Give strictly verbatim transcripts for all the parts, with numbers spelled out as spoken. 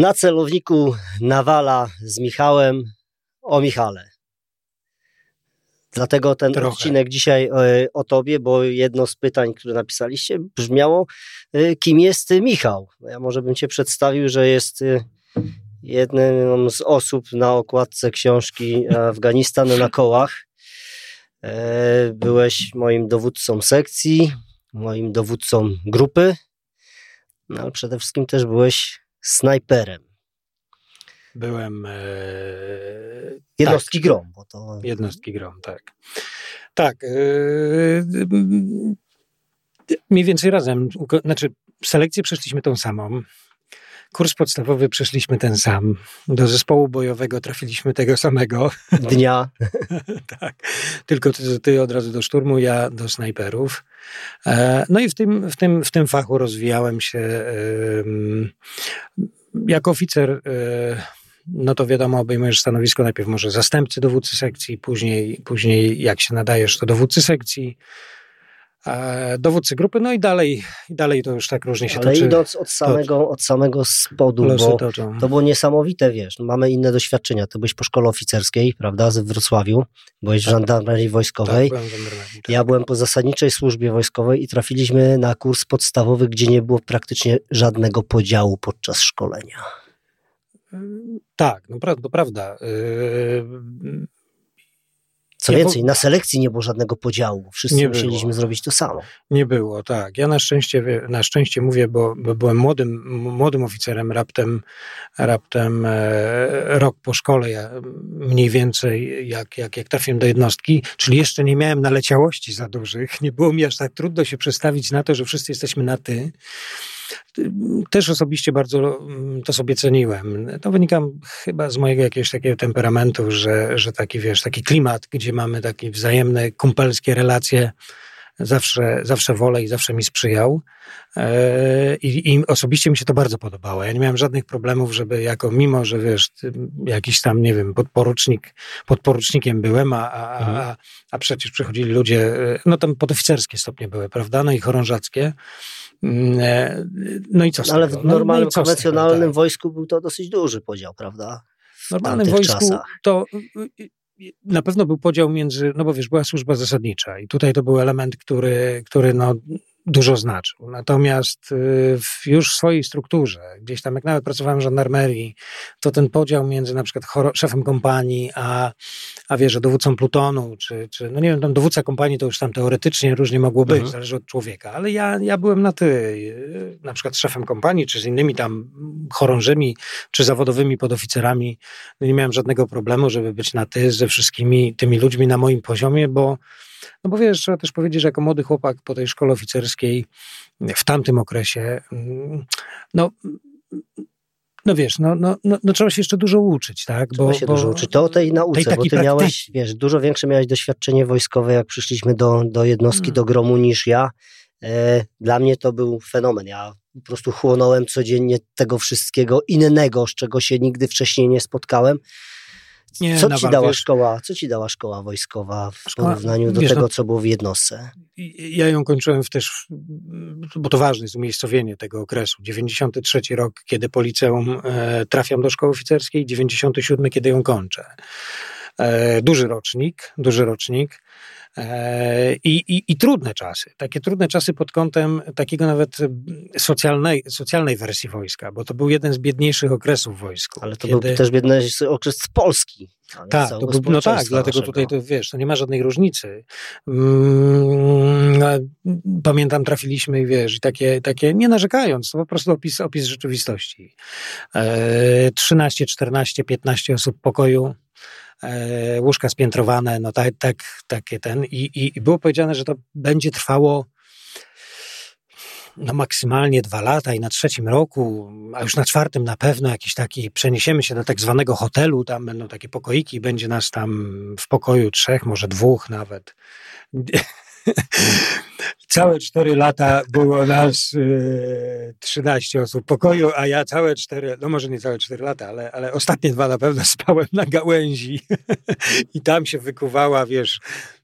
Na celowniku Nawala z Michałem o Michale. Dlatego ten Trochę. odcinek dzisiaj o, o tobie, bo jedno z pytań, które napisaliście, brzmiało, kim jest Michał. Ja może bym cię przedstawił, że jest jedną z osób na okładce książki Afganistan na kołach. Byłeś moim dowódcą sekcji, moim dowódcą grupy, no ale przede wszystkim też byłeś snajperem. Byłem... E, jednostki tak, grom. Bo to... Jednostki grom, tak. Tak. E, mniej więcej razem. Znaczy, selekcję przeszliśmy tą samą. Kurs podstawowy przeszliśmy ten sam. Do zespołu bojowego trafiliśmy tego samego. Dnia. Tak. Tylko ty, ty od razu do szturmu, ja do snajperów. E, no i w tym, w tym, w tym fachu rozwijałem się. E, jako oficer, e, no to wiadomo, obejmujesz stanowisko najpierw może zastępcy dowódcy sekcji, później, później jak się nadajesz, to dowódcy sekcji, dowódcy grupy, no i dalej, i dalej to już tak różnie się Ale toczy. Ale idąc od samego, od samego spodu, bo toczą. To było niesamowite, wiesz, mamy inne doświadczenia. Ty byłeś po szkole oficerskiej, prawda, w Wrocławiu, byłeś tak. w żandarmerii wojskowej. Tak, byłem w żandarmerii, tak. Ja byłem po zasadniczej służbie wojskowej i trafiliśmy na kurs podstawowy, gdzie nie było praktycznie żadnego podziału podczas szkolenia. Tak, no pra- to prawda. Yy... Co więcej, na selekcji nie było żadnego podziału. Wszyscy nie musieliśmy było. zrobić to samo. Nie było, tak. Ja na szczęście, na szczęście mówię, bo, bo byłem młodym, młodym oficerem, raptem, raptem e, rok po szkole, ja, mniej więcej jak, jak, jak trafiłem do jednostki, czyli jeszcze nie miałem naleciałości za dużych. Nie było mi aż tak trudno się przestawić na to, że wszyscy jesteśmy na ty. Też osobiście bardzo to sobie ceniłem. To wynika chyba z mojego jakiegoś takiego temperamentu, że, że taki, wiesz, taki klimat, gdzie mamy takie wzajemne, kumpelskie relacje, zawsze, zawsze wolę i zawsze mi sprzyjał. I, I osobiście mi się to bardzo podobało. Ja nie miałem żadnych problemów, żeby jako, mimo że wiesz, jakiś tam, nie wiem, podporucznik, podporucznikiem byłem, a, a, mhm. a, a przecież przychodzili ludzie, no tam podoficerskie stopnie były, prawda, no i chorążackie. No i co z Ale tego? w normalnym, no konwencjonalnym tego, tak. wojsku był to dosyć duży podział, prawda? W normalnym wojsku czasach. To na pewno był podział między, no bo wiesz, była służba zasadnicza i tutaj to był element, który, który no dużo znaczył. Natomiast w już w swojej strukturze, gdzieś tam jak nawet pracowałem w żandarmerii, to ten podział między na przykład choro- szefem kompanii, a, a wiesz, dowódcą plutonu, czy, czy no nie wiem, tam dowódca kompanii to już tam teoretycznie różnie mogło być, mhm. zależy od człowieka, ale ja, ja byłem na ty, na przykład z szefem kompanii, czy z innymi tam chorążymi, czy zawodowymi podoficerami, no nie miałem żadnego problemu, żeby być na ty ze wszystkimi tymi ludźmi na moim poziomie, bo No bo wiesz, trzeba też powiedzieć, że jako młody chłopak po tej szkole oficerskiej w tamtym okresie, no, no wiesz, no, no, no, no trzeba się jeszcze dużo uczyć, tak? Trzeba bo, się bo, dużo uczyć. To o tej nauce, tej bo ty praktyki. miałeś, wiesz, dużo większe miałeś doświadczenie wojskowe, jak przyszliśmy do, do jednostki, hmm. do gromu niż ja. Dla mnie to był fenomen. Ja po prostu chłonąłem codziennie tego wszystkiego innego, z czego się nigdy wcześniej nie spotkałem. Nie, co ci dała wiesz, szkoła, co ci dała szkoła wojskowa w szkoła, porównaniu do wiesz, tego, no, co było w jednostce? Ja ją kończyłem też, bo to ważne jest umiejscowienie tego okresu. dziewięćdziesiąty trzeci rok, kiedy po liceum e, trafiam do szkoły oficerskiej, dziewięćdziesiąty siódmy, kiedy ją kończę. E, duży rocznik, duży rocznik. I, i, i trudne czasy, takie trudne czasy pod kątem takiego nawet socjalnej, socjalnej wersji wojska, bo to był jeden z biedniejszych okresów w wojsku. Ale to kiedy... był też biedny okres z Polski. Tak, to był, no tak, dlatego naszego. Tutaj to wiesz, to nie ma żadnej różnicy. Hmm, pamiętam, trafiliśmy i wiesz, i takie, takie, nie narzekając, to po prostu opis, opis rzeczywistości. E, trzynaście, czternaście, piętnaście osób pokoju, E, łóżka spiętrowane, no tak, tak, takie ten i, i, i było powiedziane, że to będzie trwało no maksymalnie dwa lata i na trzecim roku, a już na czwartym na pewno jakiś taki, przeniesiemy się do tak zwanego hotelu, tam będą takie pokoiki, będzie nas tam w pokoju trzech, może dwóch nawet. Całe cztery lata było nas y, trzynaście osób w pokoju, a ja całe cztery, no może nie całe cztery lata, ale, ale ostatnie dwa na pewno spałem na gałęzi i tam się wykuwała, wiesz,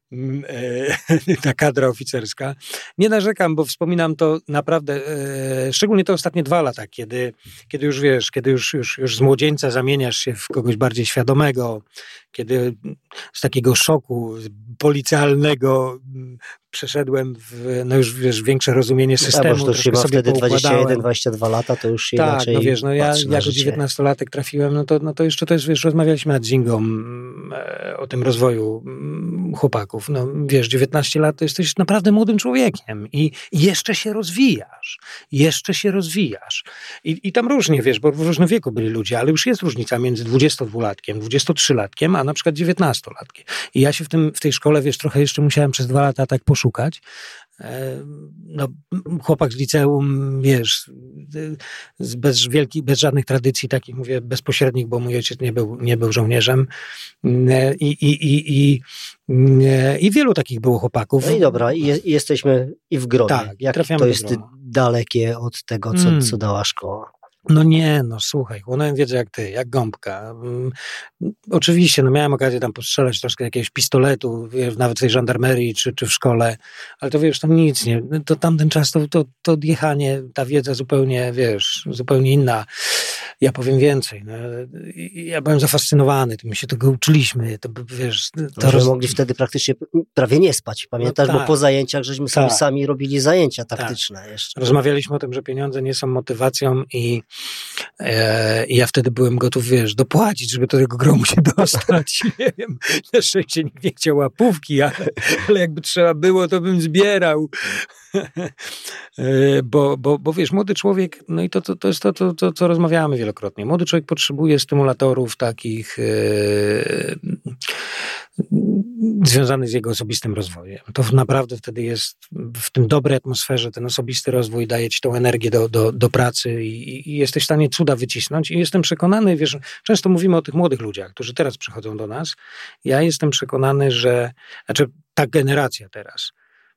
ta kadra oficerska. Nie narzekam, bo wspominam to naprawdę, szczególnie te ostatnie dwa lata, kiedy, kiedy już wiesz, kiedy już, już, już z młodzieńca zamieniasz się w kogoś bardziej świadomego, kiedy z takiego szoku policjalnego przeszedłem w, no już wiesz, większe rozumienie systemu. No, bo to już się ma wtedy dwadzieścia jeden dwadzieścia dwa lata, to już się tak, inaczej no wiesz, no ja jako życie. dziewiętnastolatek trafiłem, no to, no to jeszcze to jest, wiesz, rozmawialiśmy nad Zingą o tym rozwoju chłopaków. No wiesz, dziewiętnaście lat to jesteś naprawdę młodym człowiekiem i jeszcze się rozwijasz. Jeszcze się rozwijasz. I, i tam różnie, wiesz, bo w różnym wieku byli ludzie, ale już jest różnica między dwudziestodwulatkiem, dwudziestotrzylatkiem, a na przykład dziewiętnastolatkiem. I ja się w, tym, w tej szkole, wiesz, trochę jeszcze musiałem przez dwa lata tak poszukać. No, chłopak z liceum, wiesz, bez wielkich, bez żadnych tradycji takich, mówię, bezpośrednich, bo mój ojciec nie był, nie był żołnierzem i, i, i, i, i wielu takich było chłopaków. No i dobra, i, je, i jesteśmy i w gronie. Tak, jak trafiamy to do jest grona. Dalekie od tego, co, hmm. co dała szkoła. No nie, no słuchaj, chłonąłem wiedzę jak ty, jak gąbka. Um, oczywiście, no miałem okazję tam postrzelać troszkę jakiegoś pistoletu, wiesz, nawet w tej żandarmerii czy, czy w szkole, ale to wiesz, tam nic nie, to tamten czas to, to, to odjechanie, ta wiedza zupełnie, wiesz, zupełnie inna. Ja powiem więcej, no, ja byłem zafascynowany, my się tego uczyliśmy, to wiesz... To no, roz... mogli wtedy praktycznie prawie nie spać, pamiętasz, no tak. Bo po zajęciach żeśmy sobie tak. sami robili zajęcia taktyczne tak. jeszcze. Rozmawialiśmy o tym, że pieniądze nie są motywacją i e, ja wtedy byłem gotów, wiesz, dopłacić, żeby do tego gromu się dostać. Nie wiem, na szczęście nikt nie chciał łapówki, ale, ale jakby trzeba było, to bym zbierał. bo, bo, bo wiesz, młody człowiek, no i to, to, to jest to, to, to, co rozmawiamy wielokrotnie. Młody człowiek potrzebuje stymulatorów takich e, związanych z jego osobistym rozwojem. To naprawdę wtedy jest w tym dobrej atmosferze, ten osobisty rozwój daje ci tą energię do, do, do pracy i, i jesteś w stanie cuda wycisnąć i jestem przekonany, wiesz, często mówimy o tych młodych ludziach, którzy teraz przychodzą do nas. Ja jestem przekonany, że, znaczy ta generacja teraz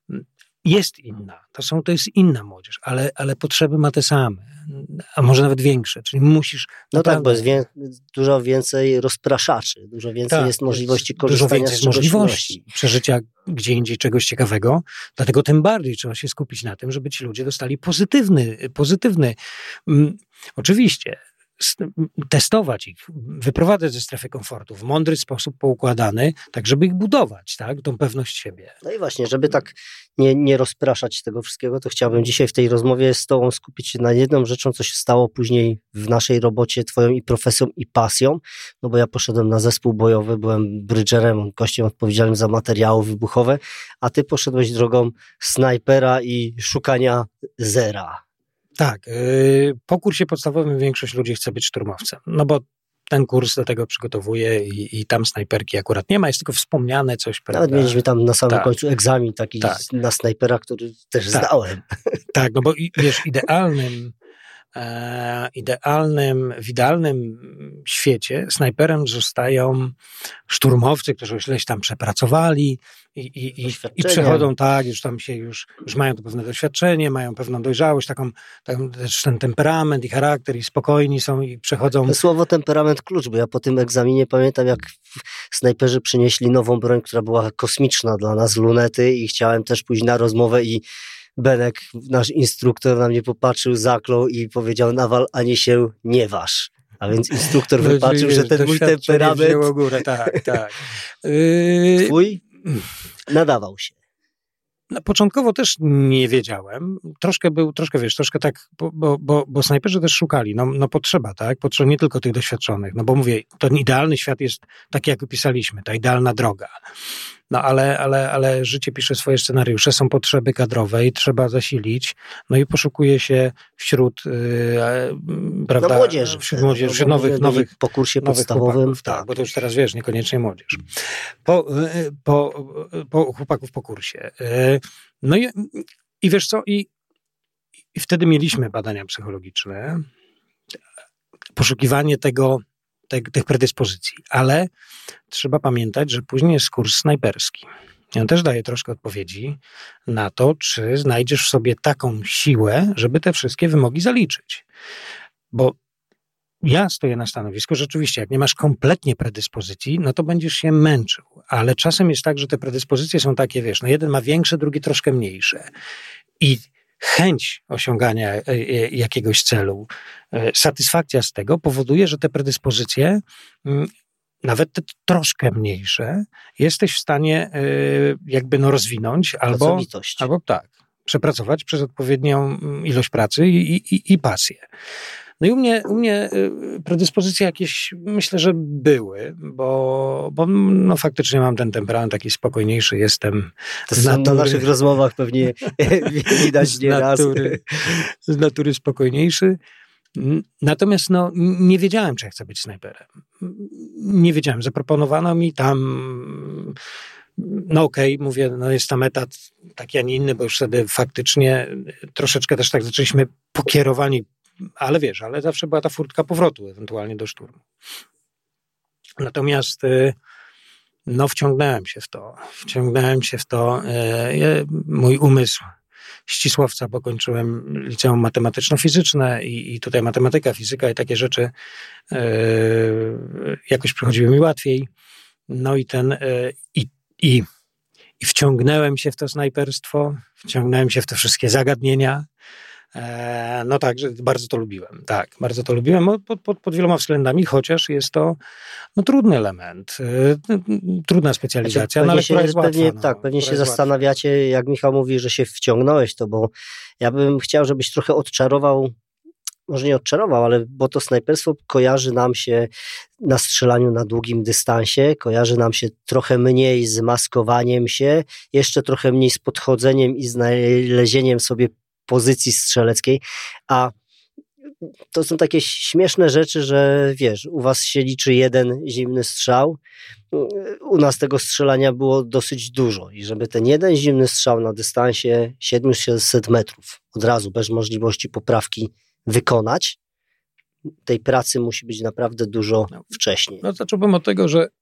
jest inna, to, są, to jest inna młodzież, ale, ale potrzeby ma te same, a może nawet większe, czyli musisz... No naprawdę... tak, bo jest wie, dużo więcej rozpraszaczy, dużo więcej tak, jest możliwości korzystania dużo więcej z możliwości przeżycia gdzie indziej czegoś ciekawego, dlatego tym bardziej trzeba się skupić na tym, żeby ci ludzie dostali pozytywny, pozytywny um, oczywiście testować ich, wyprowadzać ze strefy komfortu w mądry sposób poukładany, tak żeby ich budować, tak, tą pewność siebie. No i właśnie, żeby tak nie, nie rozpraszać tego wszystkiego, to chciałbym dzisiaj w tej rozmowie z tobą skupić się na jedną rzeczą, co się stało później w naszej robocie twoją i profesją i pasją, no bo ja poszedłem na zespół bojowy, byłem brydżerem, gościem odpowiedzialnym za materiały wybuchowe, a ty poszedłeś drogą snajpera i szukania zera. Tak, yy, po kursie podstawowym większość ludzi chce być szturmowcem, no bo ten kurs do tego przygotowuje i, i tam snajperki akurat nie ma, jest tylko wspomniane coś, prawda? Nawet mieliśmy tam na samym tak. końcu egzamin taki tak. na snajpera, który też tak. zdałem. Tak, no bo wiesz, idealnym, e, idealnym, w idealnym świecie snajperem zostają szturmowcy, którzy już ileś tam przepracowali, I, i, i, i przechodzą tak, już tam się już, już mają to pewne doświadczenie, mają pewną dojrzałość, taką, taką też ten temperament i charakter i spokojni są i przechodzą. To słowo temperament klucz, bo ja po tym egzaminie pamiętam, jak snajperzy przynieśli nową broń, która była kosmiczna dla nas, lunety, i chciałem też pójść na rozmowę i Benek, nasz instruktor, na mnie popatrzył, zaklął i powiedział: Nawal, ani się nie waż. A więc instruktor wypatrzył, że ten mój temperament wzięło górę, tak, tak. Yy... Twój nadawał się. No, początkowo też nie wiedziałem. Troszkę był, troszkę wiesz, troszkę tak, bo, bo, bo snajperzy też szukali. No, no potrzeba, tak? Potrzeba nie tylko tych doświadczonych. No bo mówię, ten idealny świat jest taki, jak opisaliśmy, ta idealna droga. No ale, ale, ale życie pisze swoje scenariusze, są potrzeby kadrowe i trzeba zasilić. No i poszukuje się wśród, yy, prawda, no młodzieży, wśród, młodzieży, wśród nowych, nowych po kursie nowych podstawowym. Chłopaków, tak, bo to już teraz wiesz, niekoniecznie młodzież. Po, yy, po, po chłopaków po kursie. Yy, no i, i wiesz co, i, i wtedy mieliśmy badania psychologiczne, poszukiwanie tego, te, tych predyspozycji, ale trzeba pamiętać, że później jest kurs snajperski. I on też daje troszkę odpowiedzi na to, czy znajdziesz w sobie taką siłę, żeby te wszystkie wymogi zaliczyć. Bo ja stoję na stanowisku, rzeczywiście, jak nie masz kompletnie predyspozycji, no to będziesz się męczył, ale czasem jest tak, że te predyspozycje są takie, wiesz, no jeden ma większe, drugi troszkę mniejsze i chęć osiągania jakiegoś celu, satysfakcja z tego powoduje, że te predyspozycje, nawet te troszkę mniejsze, jesteś w stanie jakby no rozwinąć albo, albo tak, przepracować przez odpowiednią ilość pracy i, i, i pasję. No i u mnie, u mnie predyspozycje jakieś, myślę, że były, bo, bo no faktycznie mam ten temperament taki spokojniejszy, jestem to z natury. Na naszych rozmowach pewnie widać nieraz. Z natury, z natury spokojniejszy. Natomiast no, nie wiedziałem, czy ja chcę być snajperem. Nie wiedziałem. Zaproponowano mi tam, no okej, okay, mówię, no jest tam etat taki, a nie inny, bo już wtedy faktycznie troszeczkę też tak zaczęliśmy pokierowani, ale wiesz, ale zawsze była ta furtka powrotu ewentualnie do szturmu. Natomiast no wciągnąłem się w to. Wciągnąłem się w to. Mój umysł ścisłowca, bo kończyłem liceum matematyczno-fizyczne i, i tutaj matematyka, fizyka i takie rzeczy yy, jakoś przychodziły mi łatwiej. No i ten yy, i, i, i wciągnąłem się w to snajperstwo, wciągnąłem się w te wszystkie zagadnienia. E, no tak, że bardzo to lubiłem. Tak, bardzo to lubiłem pod, pod, pod wieloma względami, chociaż jest to no, trudny element, e, trudna specjalizacja, no, ale która jest pewnie, łatwa. No, tak, pewnie się zastanawiacie, łatwa. Jak Michał mówi, że się wciągnąłeś to, bo ja bym chciał, żebyś trochę odczarował, może nie odczarował, ale bo to snajperstwo kojarzy nam się na strzelaniu na długim dystansie, kojarzy nam się trochę mniej z maskowaniem się, jeszcze trochę mniej z podchodzeniem i znalezieniem sobie pozycji strzeleckiej, a to są takie śmieszne rzeczy, że wiesz, u was się liczy jeden zimny strzał, u nas tego strzelania było dosyć dużo i żeby ten jeden zimny strzał na dystansie siedemset metrów od razu, bez możliwości poprawki wykonać, tej pracy musi być naprawdę dużo no, wcześniej. No zacząłbym od tego, że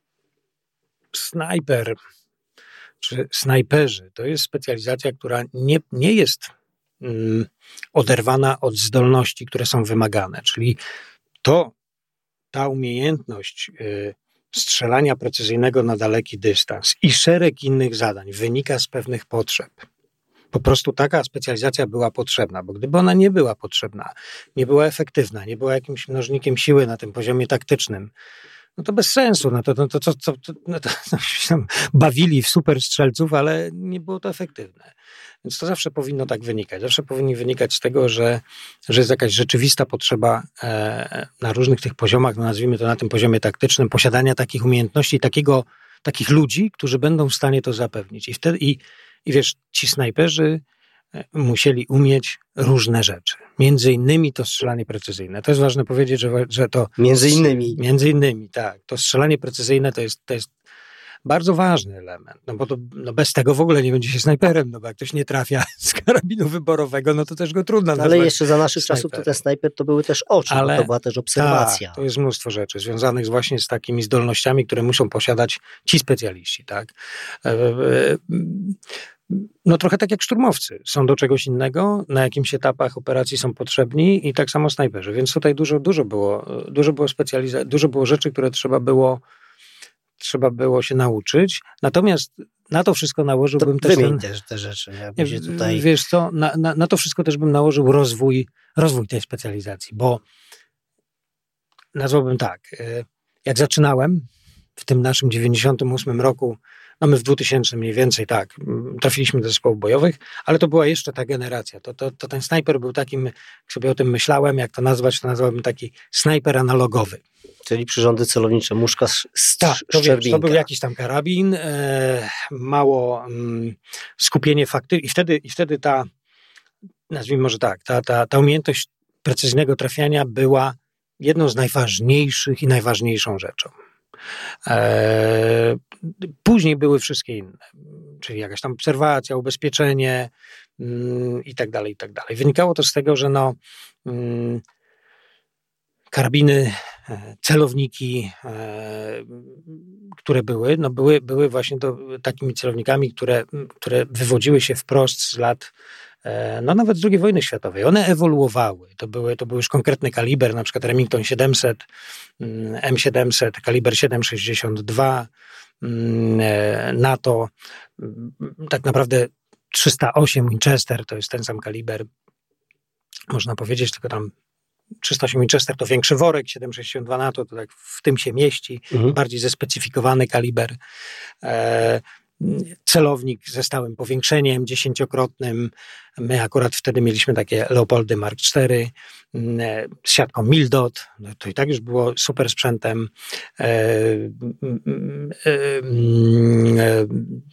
snajper czy snajperzy to jest specjalizacja, która nie, nie jest oderwana od zdolności, które są wymagane, czyli to, ta umiejętność strzelania precyzyjnego na daleki dystans i szereg innych zadań wynika z pewnych potrzeb. Po prostu taka specjalizacja była potrzebna, bo gdyby ona nie była potrzebna, nie była efektywna, nie była jakimś mnożnikiem siły na tym poziomie taktycznym, no to bez sensu, no to, no to, to, to, to, no to, to się tam bawili w super strzelców, ale nie było to efektywne. Więc to zawsze powinno tak wynikać. Zawsze powinni wynikać z tego, że, że jest jakaś rzeczywista potrzeba e, na różnych tych poziomach, no nazwijmy to na tym poziomie taktycznym, posiadania takich umiejętności, takiego, takich ludzi, którzy będą w stanie to zapewnić. I wtedy, i, i wiesz, ci snajperzy musieli umieć różne rzeczy. Między innymi to strzelanie precyzyjne. To jest ważne powiedzieć, że, że to... Między innymi. Między innymi, tak. To strzelanie precyzyjne to jest, to jest bardzo ważny element, no bo to, no bez tego w ogóle nie będzie się snajperem, no bo jak ktoś nie trafia z karabinu wyborowego, no to też go trudno nazwać. Ale jeszcze za naszych snajperem. czasów to ten snajper to były też oczy, ale to była też obserwacja. Tak, to jest mnóstwo rzeczy związanych właśnie z takimi zdolnościami, które muszą posiadać ci specjaliści, tak. No trochę tak jak szturmowcy. Są do czegoś innego, na jakimś etapach operacji są potrzebni i tak samo snajperzy. Więc tutaj dużo, dużo było, dużo było specjalizacji, dużo było rzeczy, które trzeba było trzeba było się nauczyć. Natomiast na to wszystko nałożyłbym to też... Ten, też te rzeczy. Nie? Się tutaj... Wiesz co, na, na, na to wszystko też bym nałożył rozwój, rozwój tej specjalizacji, bo nazwałbym tak, jak zaczynałem w tym naszym dziewięćdziesiątym ósmym roku, no my w dwutysięcznym mniej więcej, tak, trafiliśmy do zespołów bojowych, ale to była jeszcze ta generacja. To, to, to ten snajper był takim, jak sobie o tym myślałem, jak to nazwać, to nazwałbym taki snajper analogowy. Czyli przyrządy celownicze, muszka z, z tak, to, wiesz, to był jakiś tam karabin, e, mało mm, skupienie fakty i wtedy, i wtedy ta, nazwijmy może tak, ta, ta, ta umiejętność precyzyjnego trafiania była jedną z najważniejszych i najważniejszą rzeczą. E, później były wszystkie inne, czyli jakaś tam obserwacja, ubezpieczenie mm, i tak dalej, i tak dalej. Wynikało to z tego, że no mm, karabiny, celowniki, e, które były, no były, były właśnie to, takimi celownikami, które, które wywodziły się wprost z lat no nawet z drugiej wojny światowej. One ewoluowały. To, były, to był już konkretny kaliber, na przykład Remington siedemset, M siedemset, kaliber siedem sześćdziesiąt dwa, NATO, tak naprawdę trzysta osiem Winchester, to jest ten sam kaliber, można powiedzieć, tylko tam trzysta osiem Winchester to większy worek, siedem sześćdziesiąt dwa NATO to tak w tym się mieści, mhm. bardziej zespecyfikowany kaliber. E, celownik ze stałym powiększeniem dziesięciokrotnym. My akurat wtedy mieliśmy takie Leopoldy Mark cztery e, z siatką Mildot, no to i tak już było super sprzętem. E, e, e,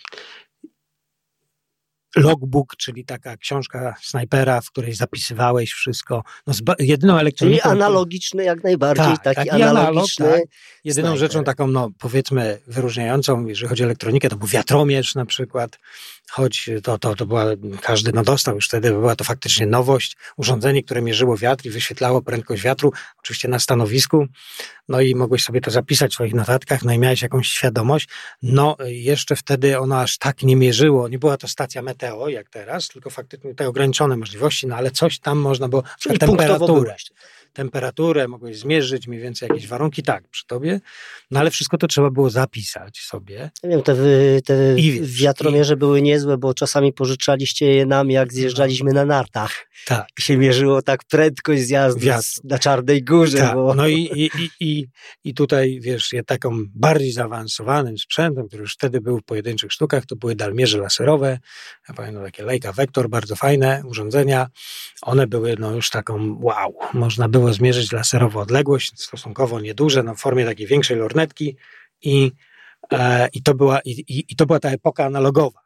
Logbook, czyli taka książka snajpera, w której zapisywałeś wszystko. No, zba- jedyną elektroniką... Czyli analogiczny jak najbardziej, tak, taki, taki analogiczny analog, tak. Jedyną snajper. rzeczą taką, no powiedzmy, wyróżniającą, jeżeli chodzi o elektronikę, to był wiatromierz na przykład, choć to, to, to była, każdy no dostał już wtedy, była to faktycznie nowość. Urządzenie, które mierzyło wiatr i wyświetlało prędkość wiatru, oczywiście na stanowisku, no i mogłeś sobie to zapisać w swoich notatkach, no i miałeś jakąś świadomość. No jeszcze wtedy ono aż tak nie mierzyło, nie była to stacja meteo jak teraz, tylko faktycznie te ograniczone możliwości, no ale coś tam można było, Czyli temperaturę. Temperaturę, mogłeś zmierzyć mniej więcej jakieś warunki, tak, przy tobie, no ale wszystko to trzeba było zapisać sobie. Ja wiem, te, te wiesz, wiatromierze i... były niezłe, bo czasami pożyczaliście je nam, jak zjeżdżaliśmy na nartach. Tak. I się mierzyło tak prędkość zjazdu na Czarnej Górze. Tak. Bo... No i, i, i, i, i tutaj, wiesz, ja taką bardziej zaawansowanym sprzętem, który już wtedy był w pojedynczych sztukach, to były dalmierze laserowe, ja pamiętam takie Leica Vector, bardzo fajne urządzenia. One były no już taką, wow, można było zmierzyć laserowo odległość, stosunkowo nieduże, no w formie takiej większej lornetki i, e, i, to, była, i, i, i to była ta epoka analogowa.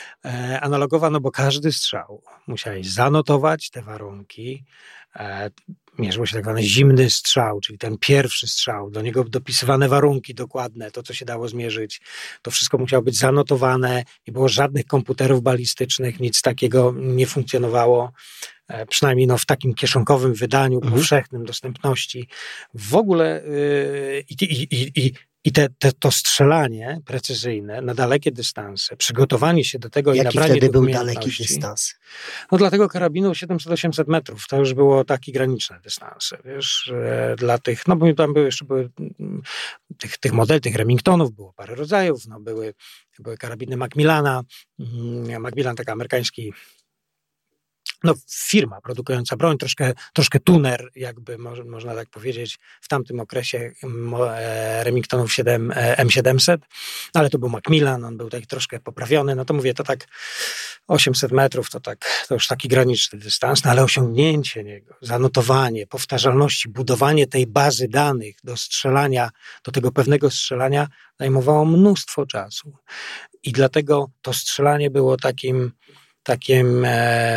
E, analogowa, no bo każdy strzał musiałeś zanotować te warunki, e, mierzyło się tak zwany zimny strzał, czyli ten pierwszy strzał, do niego dopisywane warunki dokładne, to co się dało zmierzyć, to wszystko musiało być zanotowane, nie było żadnych komputerów balistycznych, nic takiego nie funkcjonowało, e, przynajmniej no, w takim kieszonkowym wydaniu, mhm. powszechnym dostępności. W ogóle yy, i, i, i, i te, te, to strzelanie precyzyjne na dalekie dystanse, przygotowanie się do tego Jaki i nabranie wtedy był umiejętności. daleki dystans? No dla tego karabinu siedemset osiemset metrów, to już było takie graniczne dystanse, wiesz, dla tych, no bo tam były jeszcze były tych, tych modeli, tych Remingtonów, było parę rodzajów, no były, były karabiny Macmillana, Macmillan taki amerykański no, firma produkująca broń, troszkę, troszkę tuner, jakby mo, można tak powiedzieć, w tamtym okresie e, Remingtonów siedem, e, M siedemset, ale to był Macmillan, on był taki troszkę poprawiony, no to mówię, to tak osiemset metrów, to tak, to już taki graniczny dystans, no ale osiągnięcie niego, zanotowanie, powtarzalności, budowanie tej bazy danych do strzelania, do tego pewnego strzelania zajmowało mnóstwo czasu. I dlatego to strzelanie było takim, takim e,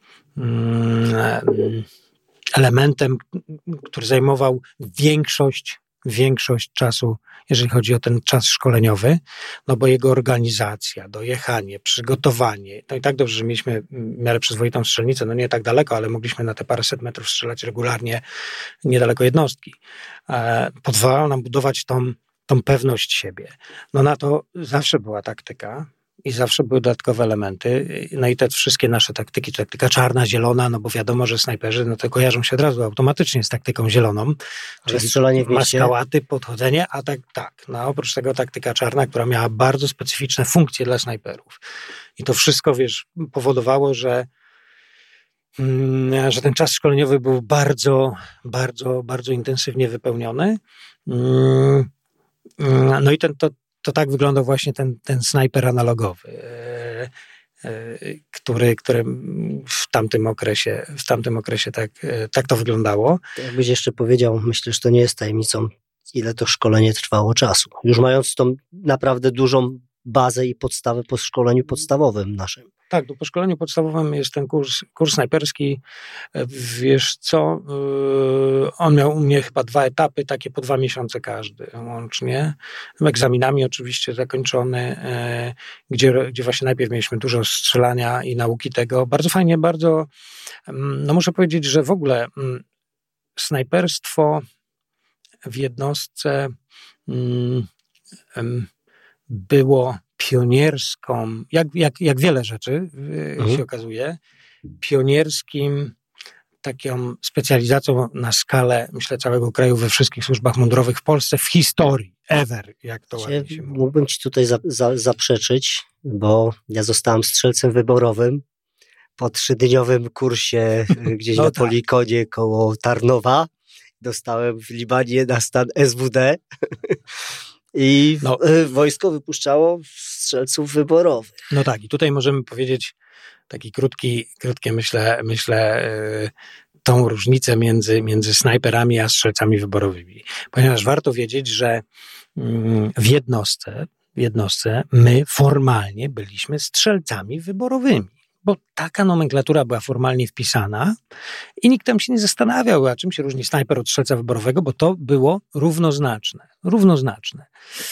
elementem, który zajmował większość, większość czasu, jeżeli chodzi o ten czas szkoleniowy, no bo jego organizacja, dojechanie, przygotowanie, no i tak dobrze, że mieliśmy w miarę przyzwoitą strzelnicę, no nie tak daleko, ale mogliśmy na te paręset metrów strzelać regularnie, niedaleko jednostki. Pozwalało nam budować tą, tą pewność siebie. No na to zawsze była taktyka, i zawsze były dodatkowe elementy, no i te wszystkie nasze taktyki, taktyka czarna, zielona, no bo wiadomo, że snajperzy, no to kojarzą się od razu automatycznie z taktyką zieloną, ale czyli strzelanie w mieście, maskałaty, podchodzenie, a tak, tak, no oprócz tego taktyka czarna, która miała bardzo specyficzne funkcje dla snajperów. I to wszystko, wiesz, powodowało, że że ten czas szkoleniowy był bardzo, bardzo, bardzo intensywnie wypełniony. No i ten, to To tak wyglądał właśnie ten, ten snajper analogowy, e, e, który, który w tamtym okresie, w tamtym okresie tak, e, tak to wyglądało. Jakbyś jeszcze powiedział, myślę, że to nie jest tajemnicą, ile to szkolenie trwało czasu. Już mając tą naprawdę dużą bazę i podstawę po szkoleniu podstawowym naszym. Tak, po szkoleniu podstawowym jest ten kurs, kurs snajperski. Wiesz co, on miał u mnie chyba dwa etapy, takie po dwa miesiące każdy łącznie. Egzaminami oczywiście zakończony, gdzie, gdzie właśnie najpierw mieliśmy dużo strzelania i nauki tego. Bardzo fajnie, bardzo, no muszę powiedzieć, że w ogóle snajperstwo w jednostce było pionierską, jak, jak, jak wiele rzeczy mhm. się okazuje, pionierskim taką specjalizacją na skalę, myślę, całego kraju we wszystkich służbach mundurowych w Polsce w historii, ever, jak to ładnie się mówi. Mógłbym ci tutaj za, za, zaprzeczyć, bo ja zostałem strzelcem wyborowym po trzydniowym kursie gdzieś no na tak. Polikonie koło Tarnowa. Dostałem w Libanie na stan S W D i no. wojsko wypuszczało strzelców wyborowych. No tak, i tutaj możemy powiedzieć taki krótki, krótkie myślę, myślę yy, tą różnicę między, między snajperami a strzelcami wyborowymi. Ponieważ warto wiedzieć, że yy, w jednostce, w jednostce my formalnie byliśmy strzelcami wyborowymi. Bo taka nomenklatura była formalnie wpisana i nikt tam się nie zastanawiał, a czym się różni snajper od strzelca wyborowego, bo to było równoznaczne. Równoznaczne.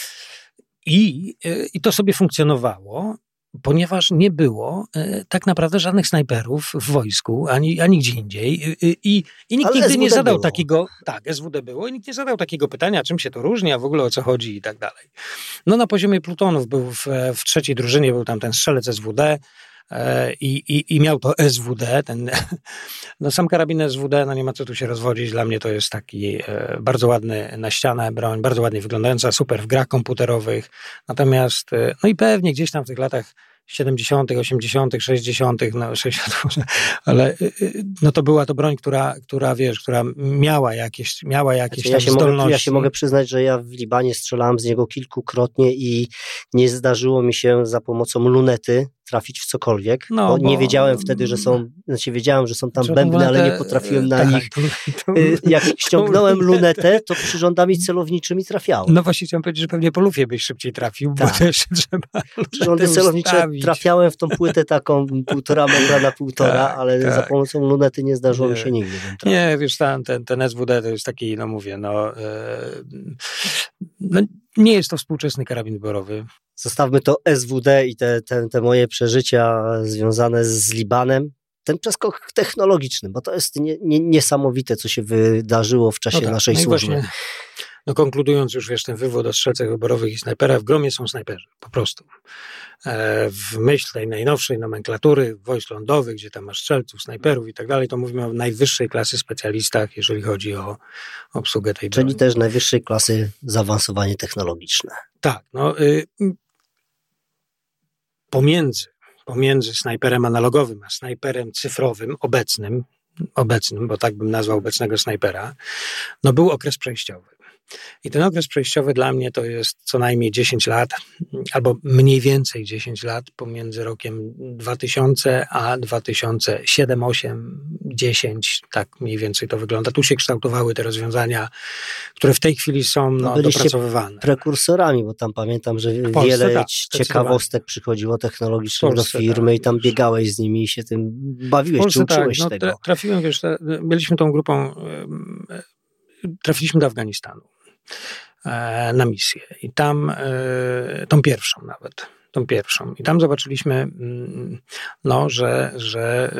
I, i to sobie funkcjonowało, ponieważ nie było e, tak naprawdę żadnych snajperów w wojsku, ani, ani gdzie indziej. I, i, i nikt Ale nigdy S W D nie zadał było. takiego, tak, S W D było, i nikt nie zadał takiego pytania, czym się to różni, a w ogóle o co chodzi i tak dalej. No na poziomie plutonów był w, w trzeciej drużynie, był tam ten strzelec S W D, I, i, i miał to S W D, ten, no sam karabin S W D, no nie ma co tu się rozwodzić, dla mnie to jest taki e, bardzo ładny na ścianę broń, bardzo ładnie wyglądająca, super w grach komputerowych, natomiast, e, no i pewnie gdzieś tam w tych latach siedemdziesiątych, osiemdziesiątych, sześćdziesiątych, no sześćdziesiątych, ale no to była to broń, która, która wiesz, która miała jakieś, miała jakieś znaczy, ja się zdolności. Mogę, ja się mogę przyznać, że ja w Libanie strzelałem z niego kilkukrotnie i nie zdarzyło mi się za pomocą lunety trafić w cokolwiek, no, bo, bo nie wiedziałem wtedy, że są, znaczy wiedziałem, że są tam bębny, lunetę, ale nie potrafiłem na tak, nich. To, to, Jak ściągnąłem lunetę, to przyrządami celowniczymi trafiałem. No właśnie chciałem powiedzieć, że pewnie po lufie byś szybciej trafił, tak. Bo też trzeba przyrządy celownicze trafiałem w tą płytę taką półtora metra na półtora, tak, ale tak. za pomocą lunety nie zdarzyło nie. mi się nigdy. Nie, wiesz, ten, ten, ten S W D to jest taki, no mówię, no, yy, no nie jest to współczesny karabin wyborowy. Zostawmy to S W D i te, te, te moje przeżycia związane z Libanem. Ten przeskok technologiczny, bo to jest nie, nie, niesamowite, co się wydarzyło w czasie no tak, naszej no służby. Właśnie, no konkludując już, wiesz, ten wywód o strzelcach wyborowych i snajperach, w gromie są snajperzy, po prostu. E, w myśl tej najnowszej nomenklatury wojsk lądowych, gdzie tam masz strzelców, snajperów i tak dalej, to mówimy o najwyższej klasy specjalistach, jeżeli chodzi o obsługę tej broni. Czyli też najwyższej klasy zaawansowanie technologiczne. Tak, no y, pomiędzy, pomiędzy snajperem analogowym a snajperem cyfrowym, obecnym, obecnym, bo tak bym nazwał obecnego snajpera, no był okres przejściowy. I ten okres przejściowy dla mnie to jest co najmniej dziesięć lat, albo mniej więcej dziesięć lat pomiędzy rokiem dwa tysiące a dwa tysiące siedem, osiem, dziesięć, tak mniej więcej to wygląda. Tu się kształtowały te rozwiązania, które w tej chwili są no, dopracowywane. Prekursorami, bo tam pamiętam, że Polsce, wiele tak, ciekawostek przychodziło technologicznych Polsce, do firmy tak, i tam biegałeś z nimi i się tym bawiłeś, Polsce, czy uczyłeś tak, no, tego? Trafiłem, wiesz, byliśmy tą grupą, trafiliśmy do Afganistanu na misję i tam, tą pierwszą nawet, tą pierwszą. I tam zobaczyliśmy, no, że, że,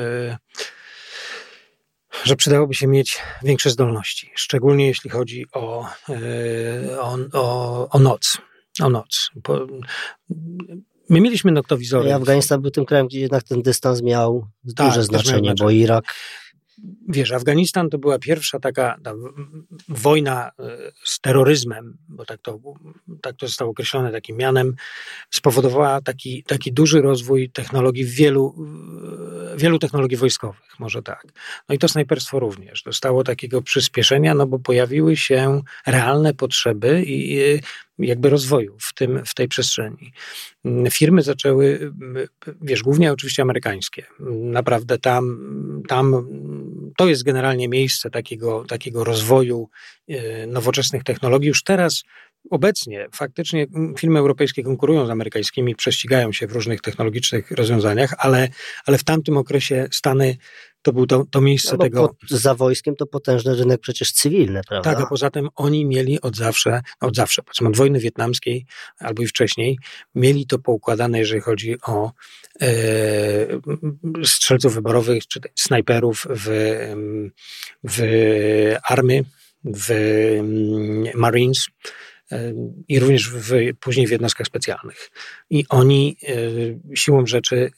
że przydałoby się mieć większe zdolności, szczególnie jeśli chodzi o, o, o, o noc. O noc. My mieliśmy noktowizory. I Afganistan był tym krajem, gdzie jednak ten dystans miał tak, duże znaczenie, bo Irak... Wiesz, Afganistan to była pierwsza taka ta wojna z terroryzmem, bo tak to, tak to zostało określone takim mianem, spowodowała taki, taki duży rozwój technologii w wielu, wielu technologii wojskowych, może tak. No i to snajperstwo również dostało takiego przyspieszenia, no bo pojawiły się realne potrzeby i jakby rozwoju w, tym, w tej przestrzeni. Firmy zaczęły, wiesz, głównie oczywiście amerykańskie. Naprawdę tam, tam to jest generalnie miejsce takiego, takiego rozwoju nowoczesnych technologii. Już teraz obecnie faktycznie firmy europejskie konkurują z amerykańskimi, prześcigają się w różnych technologicznych rozwiązaniach, ale, ale w tamtym okresie Stany to było to, to miejsce no tego... Po, za wojskiem to potężny rynek przecież cywilny, prawda? Tak, a poza tym oni mieli od zawsze, od zawsze, powiedzmy od wojny wietnamskiej albo i wcześniej, mieli to poukładane, jeżeli chodzi o e, strzelców wyborowych czy snajperów w, w Army, w Marines i również w, później w jednostkach specjalnych. I oni e, siłą rzeczy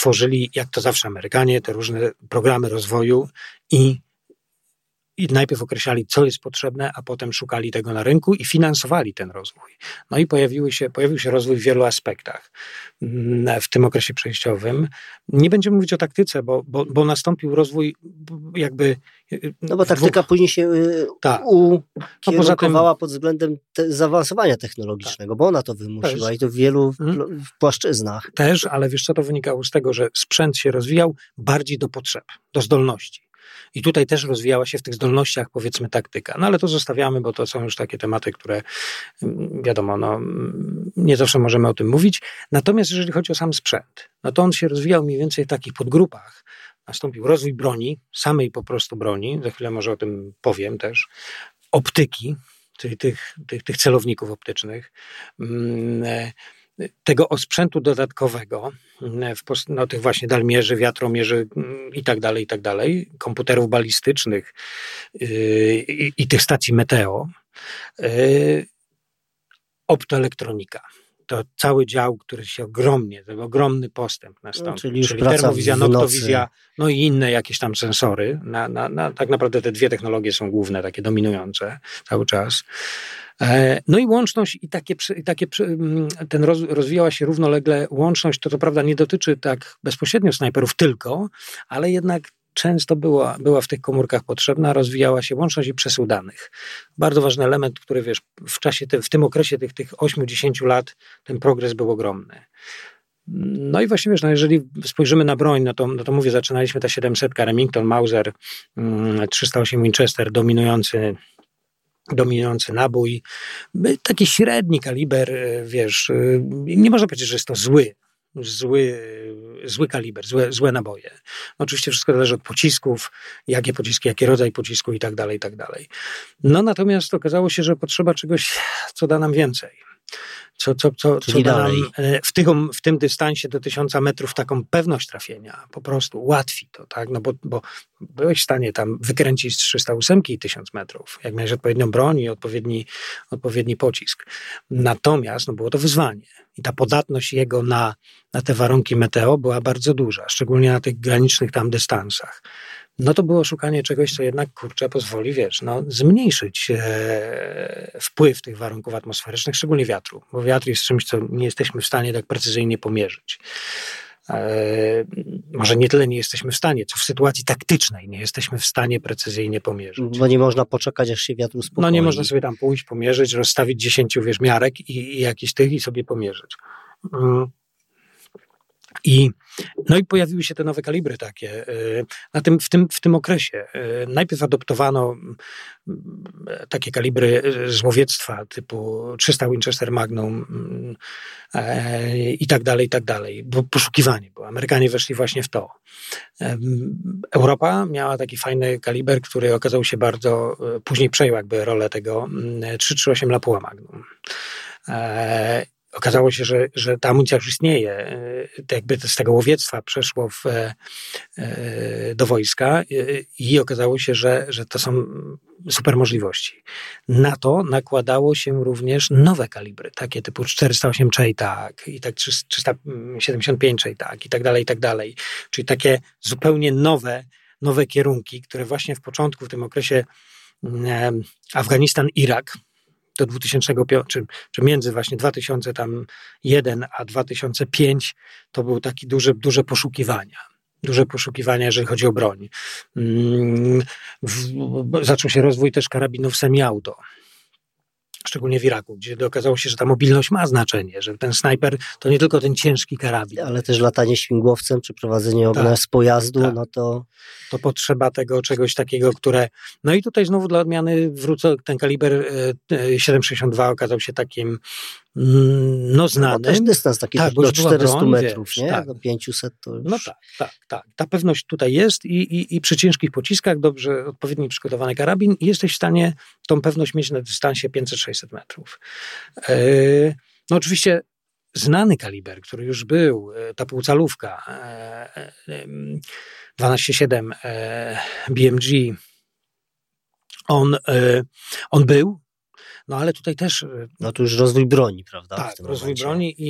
tworzyli, jak to zawsze Amerykanie, te różne programy rozwoju i I najpierw określali, co jest potrzebne, a potem szukali tego na rynku i finansowali ten rozwój. No i pojawiły się, pojawił się rozwój w wielu aspektach w tym okresie przejściowym. Nie będziemy mówić o taktyce, bo, bo, bo nastąpił rozwój jakby... No bo taktyka dwóch... później się tak. ukierunkowała no tym... pod względem te, zaawansowania technologicznego, tak. bo ona to wymusiła też. I to w wielu hmm. płaszczyznach. Też, ale wiesz co, to wynikało z tego, że sprzęt się rozwijał bardziej do potrzeb, do zdolności. I tutaj też rozwijała się w tych zdolnościach, powiedzmy, taktyka. No ale to zostawiamy, bo to są już takie tematy, które wiadomo, no, nie zawsze możemy o tym mówić. Natomiast jeżeli chodzi o sam sprzęt, no to on się rozwijał mniej więcej w takich podgrupach. Nastąpił rozwój broni, samej po prostu broni, za chwilę może o tym powiem też, optyki, czyli tych, tych, tych celowników optycznych, tego osprzętu dodatkowego, w post- no, tych właśnie dalmierzy, wiatromierzy i tak dalej, i tak dalej, komputerów balistycznych yy, i, i tych stacji meteo, yy, optoelektronika. To cały dział, który się ogromnie, ten ogromny postęp nastąpił. No, czyli już czyli praca termowizja, w noktowizja, no i inne jakieś tam sensory. Na, na, na, tak naprawdę te dwie technologie są główne, takie dominujące cały czas. No i łączność i takie, i takie ten roz, rozwijała się równolegle łączność, to co prawda nie dotyczy tak bezpośrednio snajperów tylko, ale jednak często była, była w tych komórkach potrzebna, rozwijała się łączność i przesył danych. Bardzo ważny element, który wiesz, w czasie, te, w tym okresie tych, tych ośmiu do dziesięciu lat ten progres był ogromny. No i właśnie wiesz, no jeżeli spojrzymy na broń, no to, no to mówię, zaczynaliśmy ta siedemset Remington, Mauser, trzysta osiem Winchester, dominujący dominujący nabój, taki średni kaliber, wiesz, nie można powiedzieć, że jest to zły, zły, zły kaliber, złe, złe naboje. No oczywiście wszystko zależy od pocisków, jakie pociski, jaki rodzaj pocisku i tak dalej, i tak dalej. No natomiast okazało się, że potrzeba czegoś, co da nam więcej. Co, co, co, co da nam w, tych, w tym dystansie do tysiąca metrów taką pewność trafienia, po prostu ułatwi to, tak? No bo, bo byłeś w stanie tam wykręcić z trzysta osiem i tysiąc metrów, jak miałeś odpowiednią broń i odpowiedni, odpowiedni pocisk. Natomiast no było to wyzwanie i ta podatność jego na, na te warunki meteo była bardzo duża, szczególnie na tych granicznych tam dystansach. No to było szukanie czegoś, co jednak, kurczę, pozwoli, wiesz, no, zmniejszyć e, wpływ tych warunków atmosferycznych, szczególnie wiatru, bo wiatr jest czymś, co nie jesteśmy w stanie tak precyzyjnie pomierzyć. E, może nie tyle nie jesteśmy w stanie, co w sytuacji taktycznej nie jesteśmy w stanie precyzyjnie pomierzyć. Bo nie można poczekać, aż się wiatr uspokoi. No nie można sobie tam pójść, pomierzyć, rozstawić dziesięciu, wiesz, miarek i, i jakichś tych i sobie pomierzyć. Mm. I, no i pojawiły się te nowe kalibry takie. Na tym, w, tym, w tym okresie najpierw adoptowano takie kalibry z łowiectwa typu trzysta Winchester Magnum i tak dalej, i tak dalej. Bo poszukiwanie było. Amerykanie weszli właśnie w to. Europa miała taki fajny kaliber, który okazał się bardzo, później przejął jakby rolę tego trzysta trzydzieści osiem Lapua Magnum. Okazało się, że, że ta amunicja już istnieje. To jakby z tego łowiectwa przeszło w, do wojska i okazało się, że, że to są super możliwości. Na to nakładało się również nowe kalibry, takie typu czterysta osiem Czejtak i tak trzysta siedemdziesiąt pięć Czejtak i tak dalej, i tak dalej. Czyli takie zupełnie nowe, nowe kierunki, które właśnie w początku, w tym okresie Afganistan-Irak, do dwutysięcznego piątego, czy, czy między właśnie dwa tysiące jeden a dwa tysiące piąty to były takie duże, duże poszukiwania. Duże poszukiwania, jeżeli chodzi o broń. Hmm, w, zaczął się rozwój też karabinów semi-auto. Szczególnie w Iraku, gdzie okazało się, że ta mobilność ma znaczenie, że ten snajper to nie tylko ten ciężki karabin. Ale też latanie śmigłowcem, czy prowadzenie ognia tak, z pojazdu, tak. no to... To potrzeba tego czegoś takiego, które... No i tutaj znowu dla odmiany wrócę, ten kaliber siedem sześćdziesiąt dwa okazał się takim no znanym. No też dystans taki tak, do czterystu broń, metrów, wiesz, nie? Tak. Do pięciuset to już... No tak, tak, tak. Ta pewność tutaj jest i, i, i przy ciężkich pociskach dobrze odpowiednio przygotowany karabin i jesteś w stanie tą pewność mieć na dystansie pięćset sześćset metrów. Yy, no oczywiście znany kaliber, który już był, ta półcalówka dwanaście siedem B M G, on, on był, no ale tutaj też... No to już rozwój broni, prawda? Tak, rozwój broni i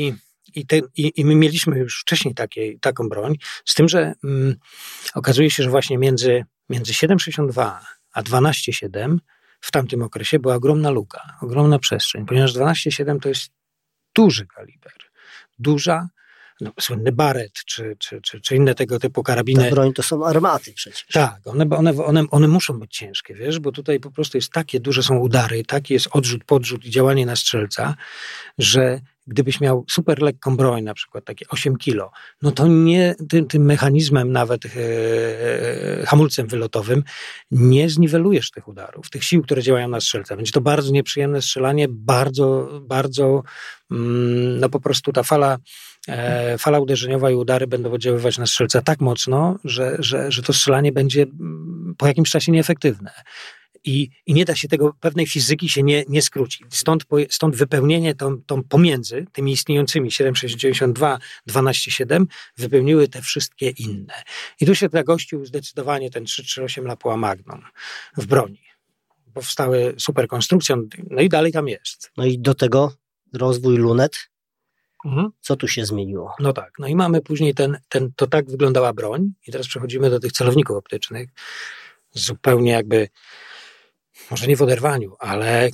I, te, i, I my mieliśmy już wcześniej takie, taką broń, z tym, że mm, okazuje się, że właśnie między, między siedem sześćdziesiąt dwa a dwanaście siedem w tamtym okresie była ogromna luka, ogromna przestrzeń, ponieważ dwanaście siedem to jest duży kaliber, duża, no, słynny Barrett, czy, czy, czy, czy inne tego typu karabiny. Ta broń to są armaty przecież. Tak, one, one, one, one muszą być ciężkie, wiesz, bo tutaj po prostu jest takie duże są udary, taki jest odrzut, podrzut i działanie na strzelca, że gdybyś miał super lekką broń, na przykład takie osiem kilo, no to nie tym, tym mechanizmem, nawet e, hamulcem wylotowym, nie zniwelujesz tych udarów, tych sił, które działają na strzelca. Będzie to bardzo nieprzyjemne strzelanie, bardzo, bardzo, mm, no po prostu ta fala, e, fala uderzeniowa i udary będą oddziaływać na strzelca tak mocno, że, że, że to strzelanie będzie po jakimś czasie nieefektywne. I, I nie da się tego, pewnej fizyki się nie, nie skróci. Stąd, stąd wypełnienie tą, tą pomiędzy tymi istniejącymi siedem sześć dziewięćdziesiąt dwa, dwanaście siedem wypełniły te wszystkie inne. I tu się zagościł zdecydowanie ten trzy trzy osiem Lapua Magnum w broni. Powstały super konstrukcje, no i dalej tam jest. No i do tego rozwój lunet. Mhm. Co tu się zmieniło? No tak, no i mamy później ten, ten, to tak wyglądała broń i teraz przechodzimy do tych celowników optycznych. Zupełnie jakby może nie w oderwaniu, ale,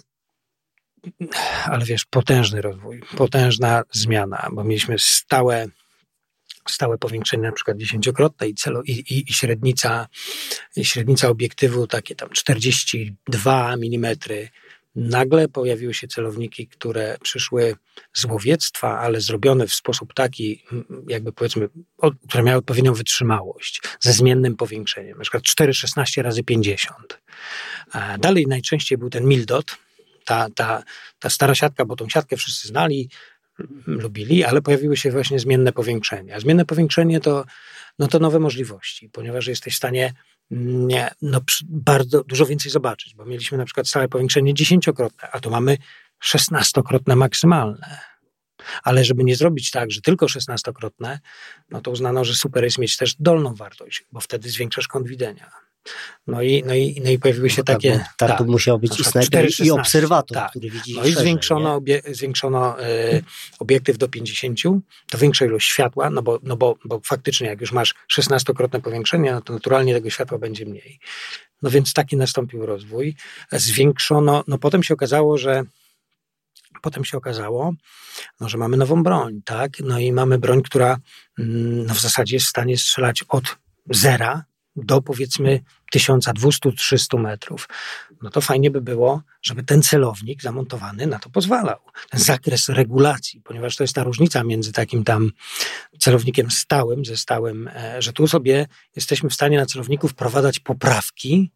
ale wiesz, potężny rozwój, potężna zmiana, bo mieliśmy stałe, stałe powiększenie, na przykład dziesięciokrotne i, celo, i, i, i średnica, i średnica obiektywu takie tam czterdzieści dwa milimetry. Nagle pojawiły się celowniki, które przyszły z łowiectwa, ale zrobione w sposób taki, jakby powiedzmy, od, które miały odpowiednią wytrzymałość, ze zmiennym powiększeniem, na przykład cztery szesnaście razy pięćdziesiąt. A dalej najczęściej był ten Mildot, ta, ta, ta stara siatka, bo tą siatkę wszyscy znali, lubili, ale pojawiły się właśnie zmienne powiększenia. A zmienne powiększenie to, no to nowe możliwości, ponieważ jesteś w stanie nie, no, bardzo dużo więcej zobaczyć, bo mieliśmy na przykład stałe powiększenie dziesięciokrotne, a tu mamy szesnastokrotne maksymalne. Ale żeby nie zrobić tak, że tylko szesnastokrotne, no to uznano, że super jest mieć też dolną wartość, bo wtedy zwiększasz kąt widzenia. No i, no i, no i pojawiły się no takie... Tak, tak, tak, to musiał być i snajper, i obserwator, tak. który widzi No i szerzej, zwiększono, obie, zwiększono y, obiektyw do pięćdziesięciu, to większa ilość światła, no bo, no bo, bo faktycznie jak już masz szesnastokrotne powiększenie, no to naturalnie tego światła będzie mniej. No więc taki nastąpił rozwój. Zwiększono, no potem się okazało, że Potem się okazało, no, że mamy nową broń, tak? No i mamy broń, która no, w zasadzie jest w stanie strzelać od zera do powiedzmy tysiąc dwieście trzysta metrów. No to fajnie by było, żeby ten celownik zamontowany na to pozwalał. Ten zakres regulacji, ponieważ to jest ta różnica między takim tam celownikiem stałym, ze stałym, że tu sobie jesteśmy w stanie na celowniku wprowadzać poprawki,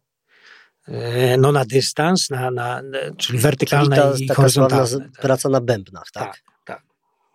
no na dystans, na, na, czyli wertykalne czyli ta, i taka horyzontalne. Taka praca na bębnach, tak? Tak, tak.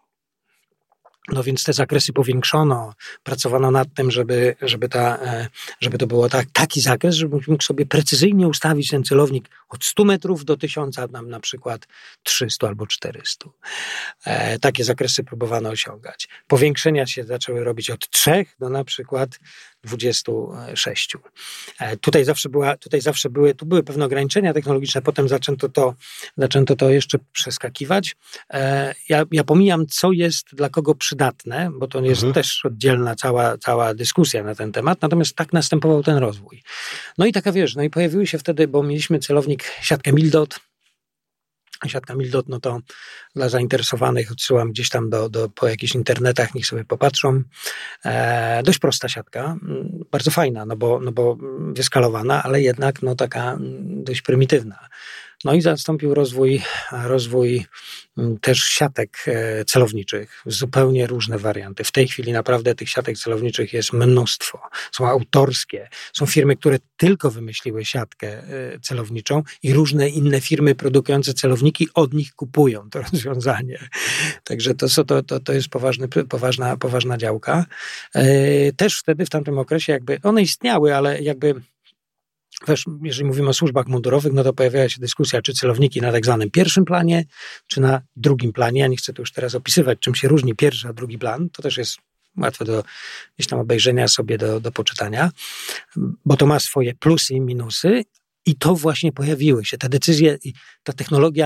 No więc te zakresy powiększono, pracowano nad tym, żeby, żeby, ta, żeby to było tak, taki zakres, żeby mógł sobie precyzyjnie ustawić ten celownik od stu metrów do tysiąca, nam na przykład trzystu albo czterystu. E, takie zakresy próbowano osiągać. Powiększenia się zaczęły robić od trzech do na przykład dwudziestu sześciu. E, tutaj zawsze była, tutaj zawsze były, tu były pewne ograniczenia technologiczne, potem zaczęto to, zaczęto to jeszcze przeskakiwać. E, ja, ja pomijam, co jest dla kogo przydatne, bo to jest mhm. też oddzielna cała, cała dyskusja na ten temat, natomiast tak następował ten rozwój. No i taka wiesz, no i pojawiły się wtedy, bo mieliśmy celownik siatkę Mildot. Siatka Mildot, no to dla zainteresowanych odsyłam gdzieś tam do, do, po jakichś internetach, niech sobie popatrzą. E, dość prosta siatka, bardzo fajna, no bo, no bo wyskalowana, ale jednak no taka dość prymitywna. No i nastąpił rozwój, rozwój też siatek celowniczych, zupełnie różne warianty. W tej chwili naprawdę tych siatek celowniczych jest mnóstwo. Są autorskie, są firmy, które tylko wymyśliły siatkę celowniczą i różne inne firmy produkujące celowniki od nich kupują to rozwiązanie. Także to, to, to, to jest poważny, poważna, poważna działka. Też wtedy w tamtym okresie jakby one istniały, ale jakby wiesz, jeżeli mówimy o służbach mundurowych, no to pojawiała się dyskusja, czy celowniki na tak zwanym pierwszym planie, czy na drugim planie. Ja nie chcę tu już teraz opisywać, czym się różni pierwszy a drugi plan. To też jest łatwe do gdzieś tam obejrzenia sobie, do, do poczytania, bo to ma swoje plusy i minusy i to właśnie pojawiły się. Te decyzje, ta technologia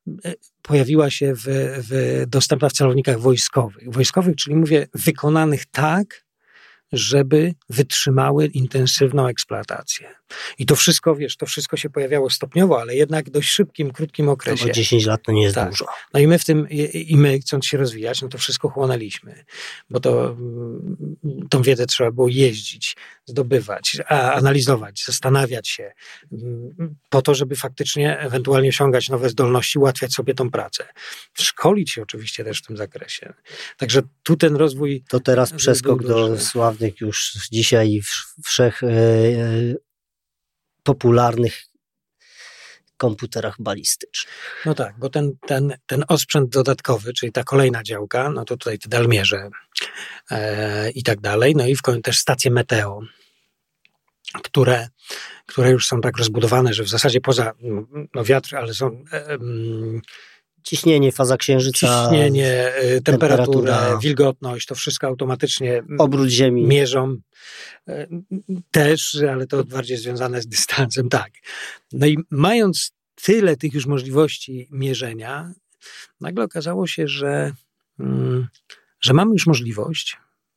pojawiła się w, w dostępna w celownikach wojskowych. Wojskowych, czyli mówię, wykonanych tak, żeby wytrzymały intensywną eksploatację. I to wszystko, wiesz, to wszystko się pojawiało stopniowo, ale jednak w dość szybkim, krótkim okresie. To dziesięć lat to nie jest tak. dużo. No i my w tym, i my chcąc się rozwijać, no to wszystko chłonęliśmy, bo to tą wiedzę trzeba było jeździć, zdobywać, a, analizować, zastanawiać się, po to, żeby faktycznie ewentualnie osiągać nowe zdolności, ułatwiać sobie tą pracę. Szkolić się oczywiście też w tym zakresie. Także tu ten rozwój... To teraz przeskok do sławnych już dzisiaj wszech e, e, popularnych komputerach balistycznych. No tak, bo ten, ten, ten osprzęt dodatkowy, czyli ta kolejna działka, no to tutaj te dalmierze e, i tak dalej, no i w końcu też stacje meteo, które, które już są tak rozbudowane, że w zasadzie poza no wiatr, ale są... E, e, Ciśnienie, faza księżyca, ciśnienie, temperatura, temperatura, wilgotność, to wszystko automatycznie obrót Ziemi mierzą. Też, ale to bardziej związane z dystansem, tak. No i mając tyle tych już możliwości mierzenia, nagle okazało się, że, że mamy już możliwość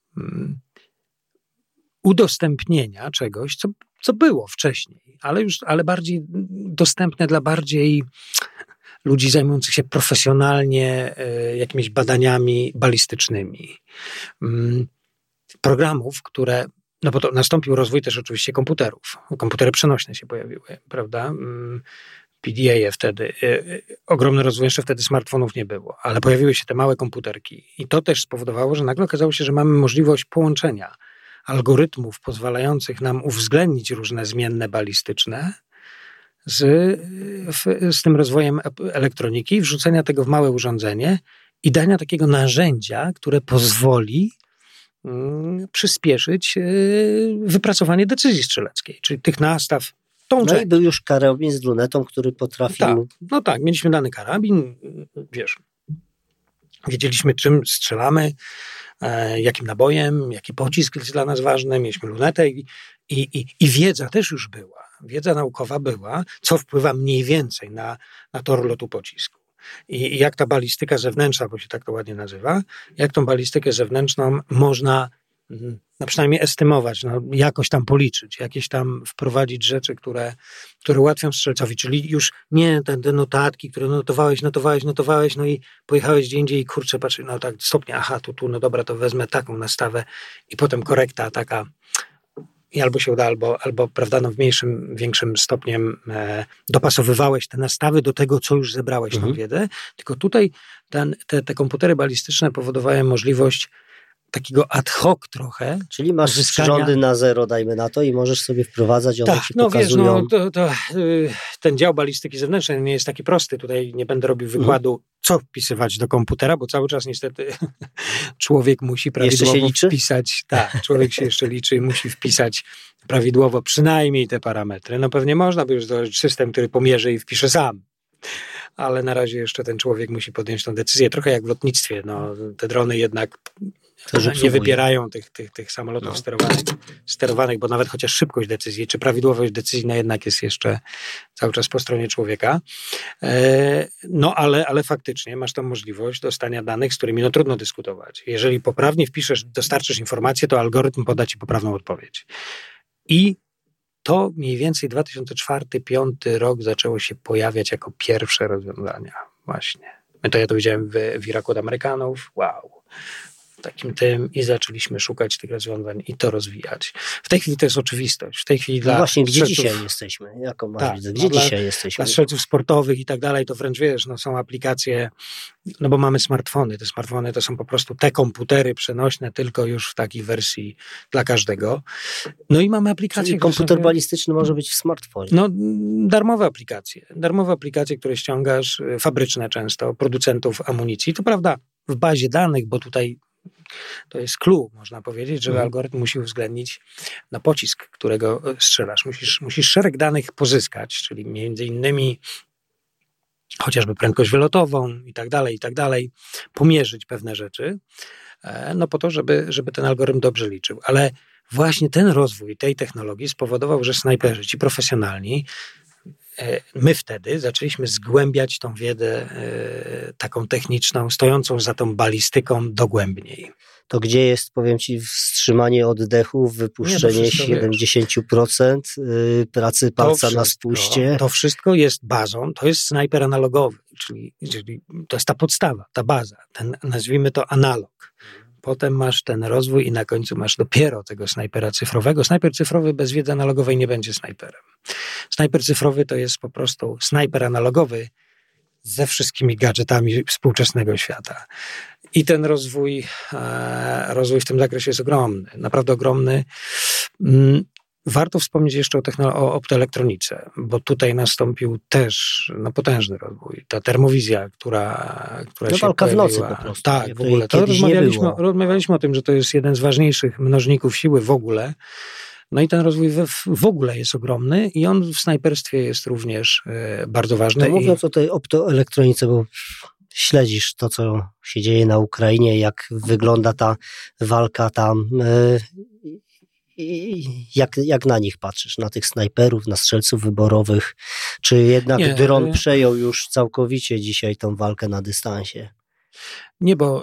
udostępnienia czegoś, co, co było wcześniej, ale już, ale bardziej dostępne dla bardziej ludzi zajmujących się profesjonalnie y, jakimiś badaniami balistycznymi. Mm, programów, które, no bo to nastąpił rozwój też oczywiście komputerów. Komputery przenośne się pojawiły, prawda? Mm, P D A wtedy, y, y, ogromny rozwój, jeszcze wtedy smartfonów nie było, ale pojawiły się te małe komputerki i to też spowodowało, że nagle okazało się, że mamy możliwość połączenia algorytmów pozwalających nam uwzględnić różne zmienne balistyczne Z, w, z tym rozwojem elektroniki, wrzucenia tego w małe urządzenie i dania takiego narzędzia, które pozwoli mm, przyspieszyć y, wypracowanie decyzji strzeleckiej, czyli tych nastaw. Tą no i był już karabin z lunetą, który potrafił... Tak, no tak, mieliśmy dany karabin, wiesz, wiedzieliśmy czym strzelamy, e, jakim nabojem, jaki pocisk jest dla nas ważny, mieliśmy lunetę i, i, i, i wiedza też już była. Wiedza naukowa była, co wpływa mniej więcej na, na tor lotu pocisku. I, I jak ta balistyka zewnętrzna, bo się tak to ładnie nazywa, jak tą balistykę zewnętrzną można no przynajmniej estymować, no, jakoś tam policzyć, jakieś tam wprowadzić rzeczy, które, które ułatwią strzelcowi, czyli już nie te, te notatki, które notowałeś, notowałeś, notowałeś, no i pojechałeś gdzie indziej i kurczę, patrz, no tak stopnie, aha, tu, tu, no dobra, to wezmę taką nastawę i potem korekta taka i albo się uda, albo, albo prawda, no w mniejszym, większym stopniem e, dopasowywałeś te nastawy do tego, co już zebrałeś mhm. tą wiedzę, tylko tutaj ten, te, te komputery balistyczne powodowały możliwość takiego ad hoc trochę. Czyli masz rządy na zero, dajmy na to, i możesz sobie wprowadzać, one tak, ci no pokazują... Wiesz, no, to, to, y, ten dział balistyki zewnętrznej nie jest taki prosty. Tutaj nie będę robił wykładu, mhm. co wpisywać do komputera, bo cały czas niestety człowiek musi prawidłowo wpisać. Tak, człowiek się jeszcze liczy i musi wpisać prawidłowo przynajmniej te parametry. No pewnie można by już zdobyć system, który pomierzy i wpisze sam. Ale na razie jeszcze ten człowiek musi podjąć tę decyzję. Trochę jak w lotnictwie. No, te drony jednak nie wybierają tych, tych, tych samolotów no. sterowanych, sterowanych, bo nawet chociaż szybkość decyzji, czy prawidłowość decyzji jednak jest jeszcze cały czas po stronie człowieka. E, no ale, ale faktycznie masz tą możliwość dostania danych, z którymi no trudno dyskutować. Jeżeli poprawnie wpiszesz, dostarczysz informację, to algorytm poda ci poprawną odpowiedź. I to mniej więcej dwa tysiące czwarty do dwa tysiące piąty rok zaczęło się pojawiać jako pierwsze rozwiązania. Właśnie. My to ja to widziałem w, w Iraku od Amerykanów. Wow. Takim tym i zaczęliśmy szukać tych rozwiązań i to rozwijać. W tej chwili to jest oczywistość. W tej chwili no dla właśnie, gdzie strzelców, dzisiaj jesteśmy? Jaką masz tak, widzę? Gdzie no dzisiaj dla, jesteśmy? Dla strzelców sportowych i tak dalej, to wręcz wiesz, no są aplikacje, no bo mamy smartfony. Te smartfony to są po prostu te komputery przenośne, tylko już w takiej wersji dla każdego. No i mamy aplikacje. Czyli komputer są, balistyczny może być w smartfonie. No darmowe aplikacje. Darmowe aplikacje, które ściągasz, fabryczne często, producentów amunicji. To prawda, w bazie danych, bo tutaj to jest clue, można powiedzieć, że mm. algorytm musi uwzględnić na pocisk, którego strzelasz. Musisz, musisz szereg danych pozyskać, czyli między innymi chociażby prędkość wylotową i tak dalej, i tak dalej, pomierzyć pewne rzeczy, no po to, żeby, żeby ten algorytm dobrze liczył. Ale właśnie ten rozwój tej technologii spowodował, że snajperzy, ci profesjonalni, my wtedy zaczęliśmy zgłębiać tą wiedzę taką techniczną, stojącą za tą balistyką dogłębniej. To gdzie jest, powiem ci, wstrzymanie oddechu, wypuszczenie Nie, siedemdziesiąt procent pracy palca wszystko, na spuście? To wszystko jest bazą, to jest snajper analogowy, czyli, czyli to jest ta podstawa, ta baza, ten, nazwijmy to analog. Potem masz ten rozwój i na końcu masz dopiero tego snajpera cyfrowego. Snajper cyfrowy bez wiedzy analogowej nie będzie snajperem. Snajper cyfrowy to jest po prostu snajper analogowy ze wszystkimi gadżetami współczesnego świata. I ten rozwój, e, rozwój w tym zakresie jest ogromny, naprawdę ogromny. Mm, warto wspomnieć jeszcze o, technolo- o optoelektronice, bo tutaj nastąpił też no, potężny rozwój. Ta termowizja, która, która no, się walka pojawiła. w nocy po prostu. Tak, w ogóle. To rozmawialiśmy, rozmawialiśmy o tym, że to jest jeden z ważniejszych mnożników siły w ogóle. No i ten rozwój w, w ogóle jest ogromny i on w snajperstwie jest również e, bardzo ważny. To mówiąc I... o tej optoelektronice, bo śledzisz to, co się dzieje na Ukrainie, jak wygląda ta walka tam, e, jak, jak na nich patrzysz, na tych snajperów, na strzelców wyborowych, czy jednak Nie, dron przejął już całkowicie dzisiaj tą walkę na dystansie? Nie, bo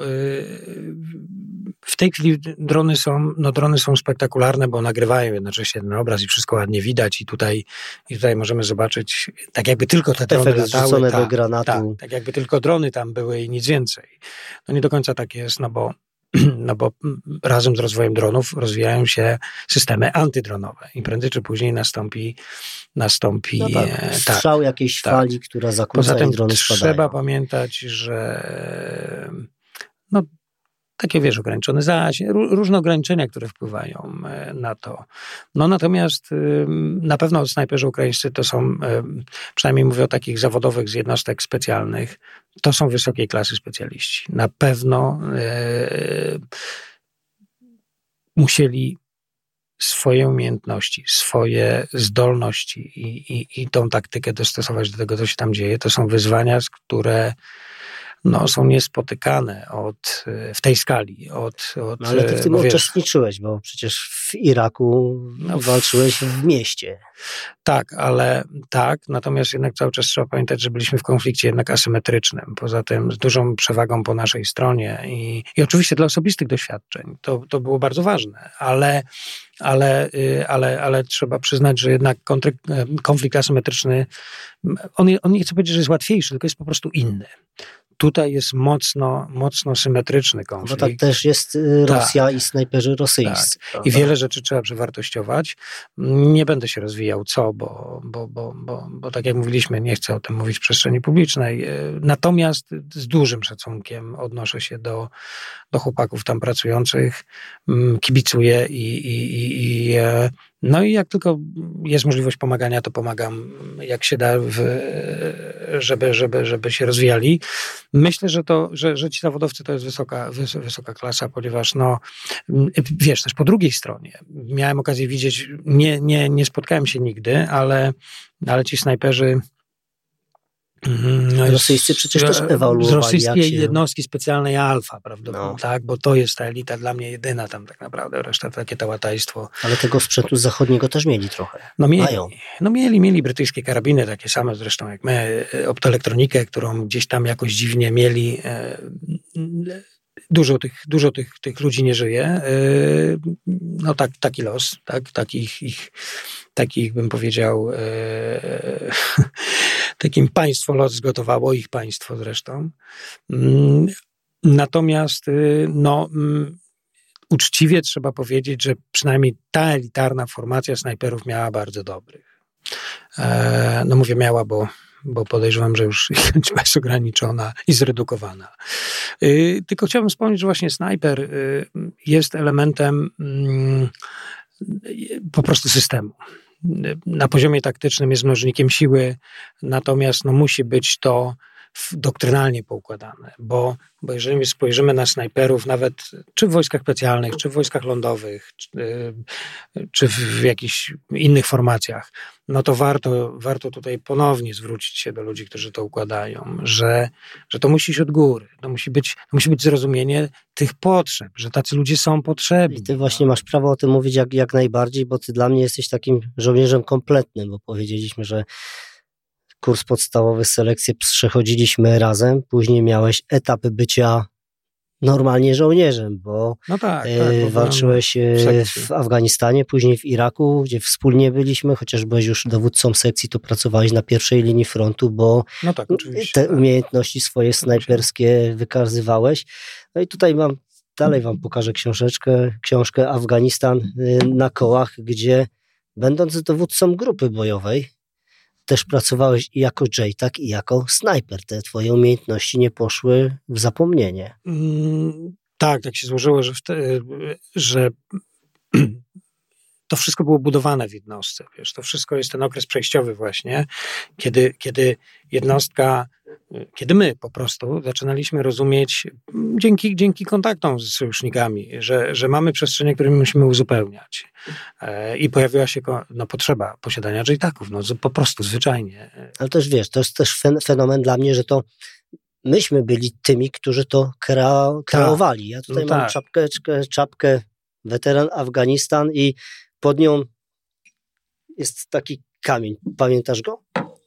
w tej chwili drony są, no drony są spektakularne, bo nagrywają jednocześnie ten obraz i wszystko ładnie widać i tutaj, i tutaj możemy zobaczyć, tak jakby tylko te drony efekt latały. Tak, do granatu. Tak, tak jakby tylko drony tam były i nic więcej. No nie do końca tak jest, no bo no bo razem z rozwojem dronów rozwijają się systemy antydronowe i prędzej czy później nastąpi nastąpi no tak, e, strzał tak, jakiejś tak. fali, która zakłóca Poza tym i drony spadają. Trzeba pamiętać, że no takie, wiesz, ograniczone zasięg, różne ograniczenia, które wpływają na to. No natomiast na pewno snajperzy ukraińscy to są, przynajmniej mówię o takich zawodowych z jednostek specjalnych, to są wysokiej klasy specjaliści. Na pewno e, musieli swoje umiejętności, swoje zdolności i, i, i tą taktykę dostosować do tego, co się tam dzieje. To są wyzwania, które no, są niespotykane od, w tej skali. Od, od, no, ale ty w tym bo uczestniczyłeś, bo przecież w Iraku no, walczyłeś w mieście. Tak, ale tak, natomiast jednak cały czas trzeba pamiętać, że byliśmy w konflikcie jednak asymetrycznym. Poza tym z dużą przewagą po naszej stronie i, i oczywiście dla osobistych doświadczeń to, to było bardzo ważne, ale, ale, ale, ale trzeba przyznać, że jednak kontry, konflikt asymetryczny, on, on nie chce powiedzieć, że jest łatwiejszy, tylko jest po prostu inny. Tutaj jest mocno, mocno symetryczny konflikt. Bo tak też jest Rosja tak, i snajperzy rosyjscy. Tak. I wiele rzeczy trzeba przewartościować. Nie będę się rozwijał co, bo, bo, bo, bo, bo tak jak mówiliśmy, nie chcę o tym mówić w przestrzeni publicznej. Natomiast z dużym szacunkiem odnoszę się do, do chłopaków tam pracujących, kibicuję i, i, i, i no i jak tylko jest możliwość pomagania, to pomagam jak się da, w, żeby, żeby, żeby się rozwijali. Myślę, że to, że, że ci zawodowcy to jest wysoka, wys, wysoka klasa, ponieważ no, wiesz, też po drugiej stronie miałem okazję widzieć, nie, nie, nie spotkałem się nigdy, ale, ale ci snajperzy No rosyjscy przecież też ewaluowali. Z rosyjskiej się... jednostki specjalnej Alfa, prawda? No. Tak, bo to jest ta elita dla mnie jedyna tam tak naprawdę, reszta to takie tałatajstwo. Ale tego sprzętu zachodniego też mieli trochę. No mieli, Mają. no mieli, mieli brytyjskie karabiny, takie same zresztą jak my, optoelektronikę, którą gdzieś tam jakoś dziwnie mieli. Dużo tych, dużo tych, tych ludzi nie żyje. No tak, taki los, tak, takich ich, takich bym powiedział, e, takim państwo los zgotowało, ich państwo zresztą. Natomiast no, uczciwie trzeba powiedzieć, że przynajmniej ta elitarna formacja snajperów miała bardzo dobrych. E, no mówię miała, bo bo podejrzewam, że już jest ograniczona i zredukowana. Yy, tylko chciałbym wspomnieć, że właśnie snajper yy, jest elementem yy, po prostu systemu. Yy, na poziomie taktycznym jest mnożnikiem siły, natomiast no, musi być to doktrynalnie poukładane, bo, bo jeżeli spojrzymy na snajperów, nawet czy w wojskach specjalnych, czy w wojskach lądowych, czy, czy w jakichś innych formacjach, no to warto, warto tutaj ponownie zwrócić się do ludzi, którzy to układają, że, że to musi iść od góry, to musi być, to musi być zrozumienie tych potrzeb, że tacy ludzie są potrzebni. I ty właśnie masz prawo o tym mówić jak, jak najbardziej, bo ty dla mnie jesteś takim żołnierzem kompletnym, bo powiedzieliśmy, że kurs podstawowy, selekcję przechodziliśmy razem, później miałeś etapy bycia normalnie żołnierzem, bo no tak, e, tak, bo walczyłeś e, w Afganistanie, później w Iraku, gdzie wspólnie byliśmy, chociaż byłeś już dowódcą sekcji, to pracowałeś na pierwszej linii frontu, bo no tak, oczywiście, te tak. umiejętności swoje snajperskie wykazywałeś. No i tutaj mam, dalej wam pokażę książeczkę, książkę Afganistan na kołach, gdzie będąc dowódcą grupy bojowej, też pracowałeś i jako J TAC, i jako snajper. Te twoje umiejętności nie poszły w zapomnienie. Mm, tak, tak się złożyło, że, wte, że to wszystko było budowane w jednostce. Wiesz, to wszystko jest ten okres przejściowy właśnie, kiedy, kiedy jednostka, kiedy my po prostu zaczynaliśmy rozumieć dzięki, dzięki kontaktom z sojusznikami, że, że mamy przestrzenie, które musimy uzupełniać. I pojawiła się no, potrzeba posiadania J TACów, no po prostu zwyczajnie. Ale też wiesz, to jest też fenomen dla mnie, że to myśmy byli tymi, którzy to krea, kreowali. Ja tutaj no mam tak. czapkę, czapkę weteran Afganistan i pod nią jest taki kamień. Pamiętasz go?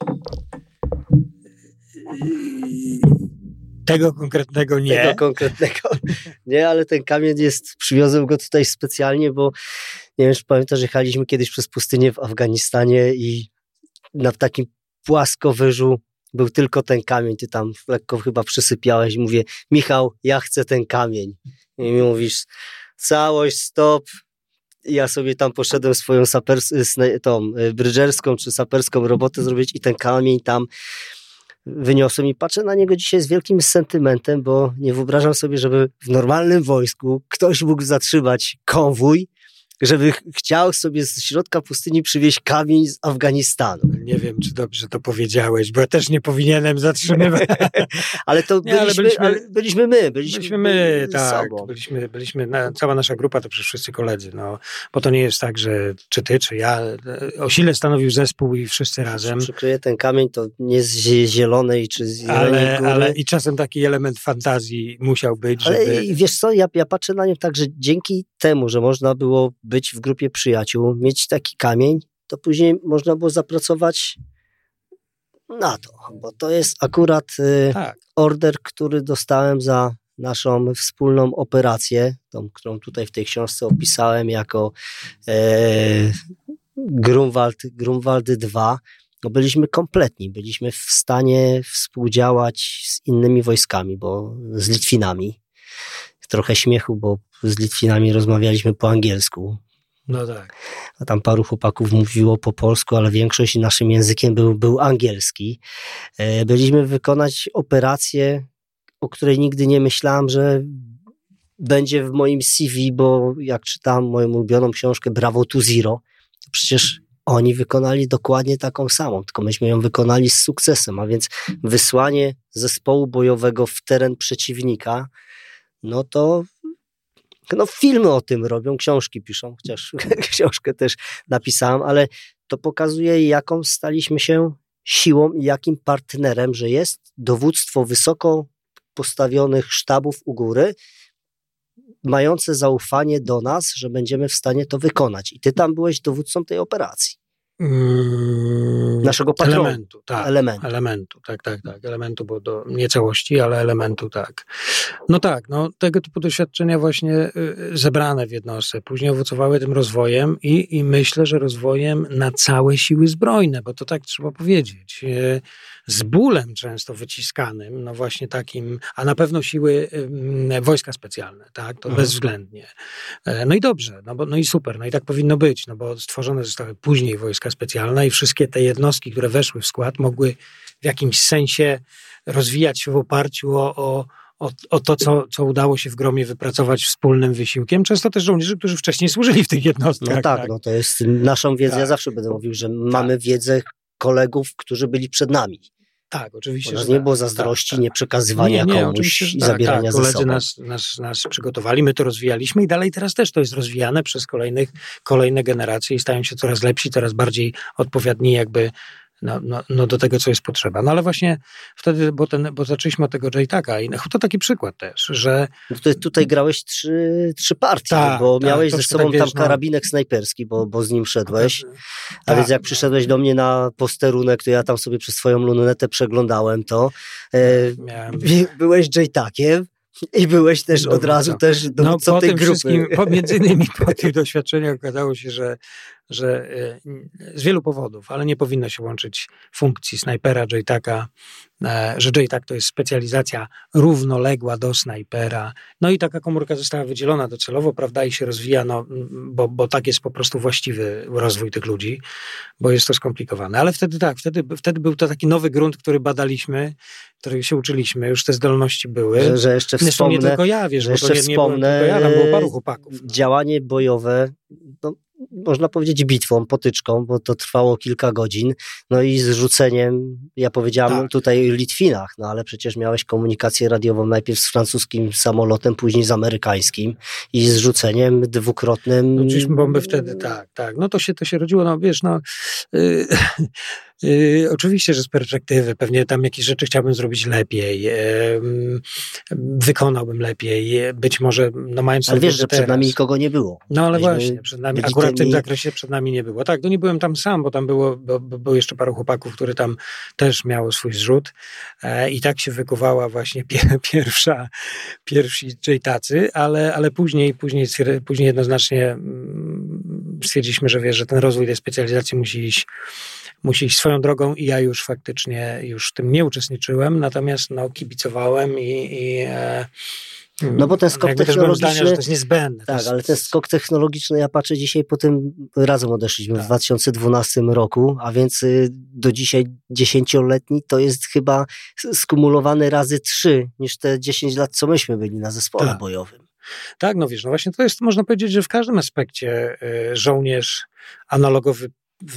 Tego konkretnego nie. Tego konkretnego nie, ale ten kamień jest, przywiozłem go tutaj specjalnie, bo nie wiem, czy pamiętasz, jechaliśmy kiedyś przez pustynię w Afganistanie i na takim płaskowyżu był tylko ten kamień, ty tam lekko chyba przysypiałeś i mówię, Michał, ja chcę ten kamień. I mi mówisz, całość, stop. I ja sobie tam poszedłem swoją sapers- tą brydżerską czy saperską robotę zrobić i ten kamień tam wyniosłem i patrzę na niego dzisiaj z wielkim sentymentem, bo nie wyobrażam sobie, żeby w normalnym wojsku ktoś mógł zatrzymać konwój, żeby chciał sobie z środka pustyni przywieźć kamień z Afganistanu. Nie wiem, czy dobrze to powiedziałeś, bo ja też nie powinienem zatrzymywać. ale to byliśmy, nie, ale byliśmy, ale byliśmy my. Byliśmy, byliśmy my, z tak. Sobą. Byliśmy, byliśmy na, cała nasza grupa to przecież wszyscy koledzy. No, bo to nie jest tak, że czy ty, czy ja. O sile stanowił zespół i wszyscy razem. Przykryje ten kamień, to nie z zielonej czy z ale, góry. ale i czasem taki element fantazji musiał być, ale żeby... i wiesz co, ja, ja patrzę na nią tak, że dzięki temu, że można było być w grupie przyjaciół, mieć taki kamień, to później można było zapracować na to, bo to jest akurat y, tak. order, który dostałem za naszą wspólną operację, tą, którą tutaj w tej książce opisałem jako e, Grunwald, Grunwald dwa. No byliśmy kompletni, byliśmy w stanie współdziałać z innymi wojskami, bo z Litwinami. Trochę śmiechu, bo z Litwinami rozmawialiśmy po angielsku. No tak. A tam paru chłopaków mówiło po polsku, ale większość naszym językiem był, był angielski. Byliśmy wykonać operację, o której nigdy nie myślałem, że będzie w moim C V, bo jak czytałem moją ulubioną książkę Bravo to Zero, to przecież oni wykonali dokładnie taką samą, tylko myśmy ją wykonali z sukcesem, a więc wysłanie zespołu bojowego w teren przeciwnika, no to no filmy o tym robią, książki piszą, chociaż książkę też napisałem, ale to pokazuje, jaką staliśmy się siłą i jakim partnerem, że jest dowództwo wysoko postawionych sztabów u góry, mające zaufanie do nas, że będziemy w stanie to wykonać. I ty tam byłeś dowódcą tej operacji. Hmm, Naszego patronu. Elementu, tak. Elementu. Elementu, tak, tak, tak. Elementu, bo do, nie całości, ale elementu, tak. No tak, no tego typu doświadczenia właśnie y, zebrane w jednostce, później owocowały tym rozwojem i, i myślę, że rozwojem na całe siły zbrojne, bo to tak trzeba powiedzieć. Y, z bólem często wyciskanym, no właśnie takim, a na pewno siły y, wojska specjalne, tak, to mhm. bezwzględnie. Y, no i dobrze, no, bo, no i super, no i tak powinno być, no bo stworzone zostały później wojska specjalne i wszystkie te jednostki, które weszły w skład, mogły w jakimś sensie rozwijać się w oparciu o, o, o, o to, co, co udało się w Gromie wypracować wspólnym wysiłkiem. Często też żołnierzy, którzy wcześniej służyli w tych jednostkach. No tak, tak. no to jest naszą wiedzę. Tak. Ja zawsze będę mówił, że mamy tak. wiedzę kolegów, którzy byli przed nami. Tak, oczywiście. Bo nas że nie tak, było zazdrości, tak, nie przekazywania nie, nie, komuś i tak, zabierania tak. ze Koledzy sobą. Nas, nas, nas przygotowali, my to rozwijaliśmy i dalej teraz też to jest rozwijane przez kolejnych, kolejne generacje i stają się coraz lepsi, coraz bardziej odpowiedni jakby No, no, no do tego, co jest potrzeba. No ale właśnie wtedy, bo, ten, bo zaczęliśmy od tego J-Taka i to taki przykład też, że... No to tutaj grałeś trzy, trzy partie, tak, bo tak, miałeś ze sobą tak, tam wiesz, karabinek snajperski, bo, bo z nim szedłeś. Tak, A więc jak no. przyszedłeś do mnie na posterunek, to ja tam sobie przez swoją lunetę przeglądałem to. E, Miałem... Byłeś J-Takiem. I byłeś też Dowódcą. od razu też dowódcą no, po tej tym grupy. Po, między innymi po tych doświadczeniach okazało się, że, że z wielu powodów, ale nie powinno się łączyć funkcji snajpera, J-Taka, że J-Tak to jest specjalizacja równoległa do snajpera. No i taka komórka została wydzielona docelowo, prawda, i się rozwija, no, bo, bo tak jest po prostu właściwy rozwój tych ludzi, bo jest to skomplikowane. Ale wtedy tak, wtedy, wtedy był to taki nowy grunt, który badaliśmy, który się uczyliśmy, już te zdolności były. Że, że jeszcze Zresztą wspomnę, nie tylko ja, wiesz, że bo to jeszcze nie, nie byłem tylko ja, tam było paru chłopaków. No. Działanie bojowe, no, można powiedzieć bitwą, potyczką, bo to trwało kilka godzin, no i z rzuceniem, ja powiedziałem tak. tutaj Litwinach, no ale przecież miałeś komunikację radiową najpierw z francuskim samolotem, później z amerykańskim i z rzuceniem dwukrotnym. Rzuciliśmy bomby wtedy, tak, tak. No to się, to się rodziło, no wiesz, no yy, yy, oczywiście, że z perspektywy pewnie tam jakieś rzeczy chciałbym zrobić lepiej, yy, wykonałbym lepiej, być może, no mając... Ale wiesz, że przed teraz. nami nikogo nie było. No ale Myśmy właśnie, przed nami, akurat tymi... w tym zakresie przed nami nie było. Tak, to nie byłem tam sam, bo tam było, bo, bo było jeszcze paru chłopaków, który tam też miało swój zrzut e, i tak się wykuwała właśnie pie, pierwsza, pierwsi J-tacy, ale, ale później, później, później jednoznacznie stwierdziliśmy, że wiesz, że ten rozwój tej specjalizacji musi iść, musi iść swoją drogą i ja już faktycznie już w tym nie uczestniczyłem, natomiast no, kibicowałem i, i e, no bo ten skok technologiczny, zdania, że to jest niezbędne. Tak, jest... ale ten skok technologiczny, ja patrzę dzisiaj po tym, razem odeszliśmy tak. w dwa tysiące dwunastym roku, a więc do dzisiaj dziesięcioletni to jest chyba skumulowane razy trzy niż te dziesięć lat, co myśmy byli na zespole tak. bojowym. Tak, no wiesz, no właśnie to jest, można powiedzieć, że w każdym aspekcie żołnierz analogowy,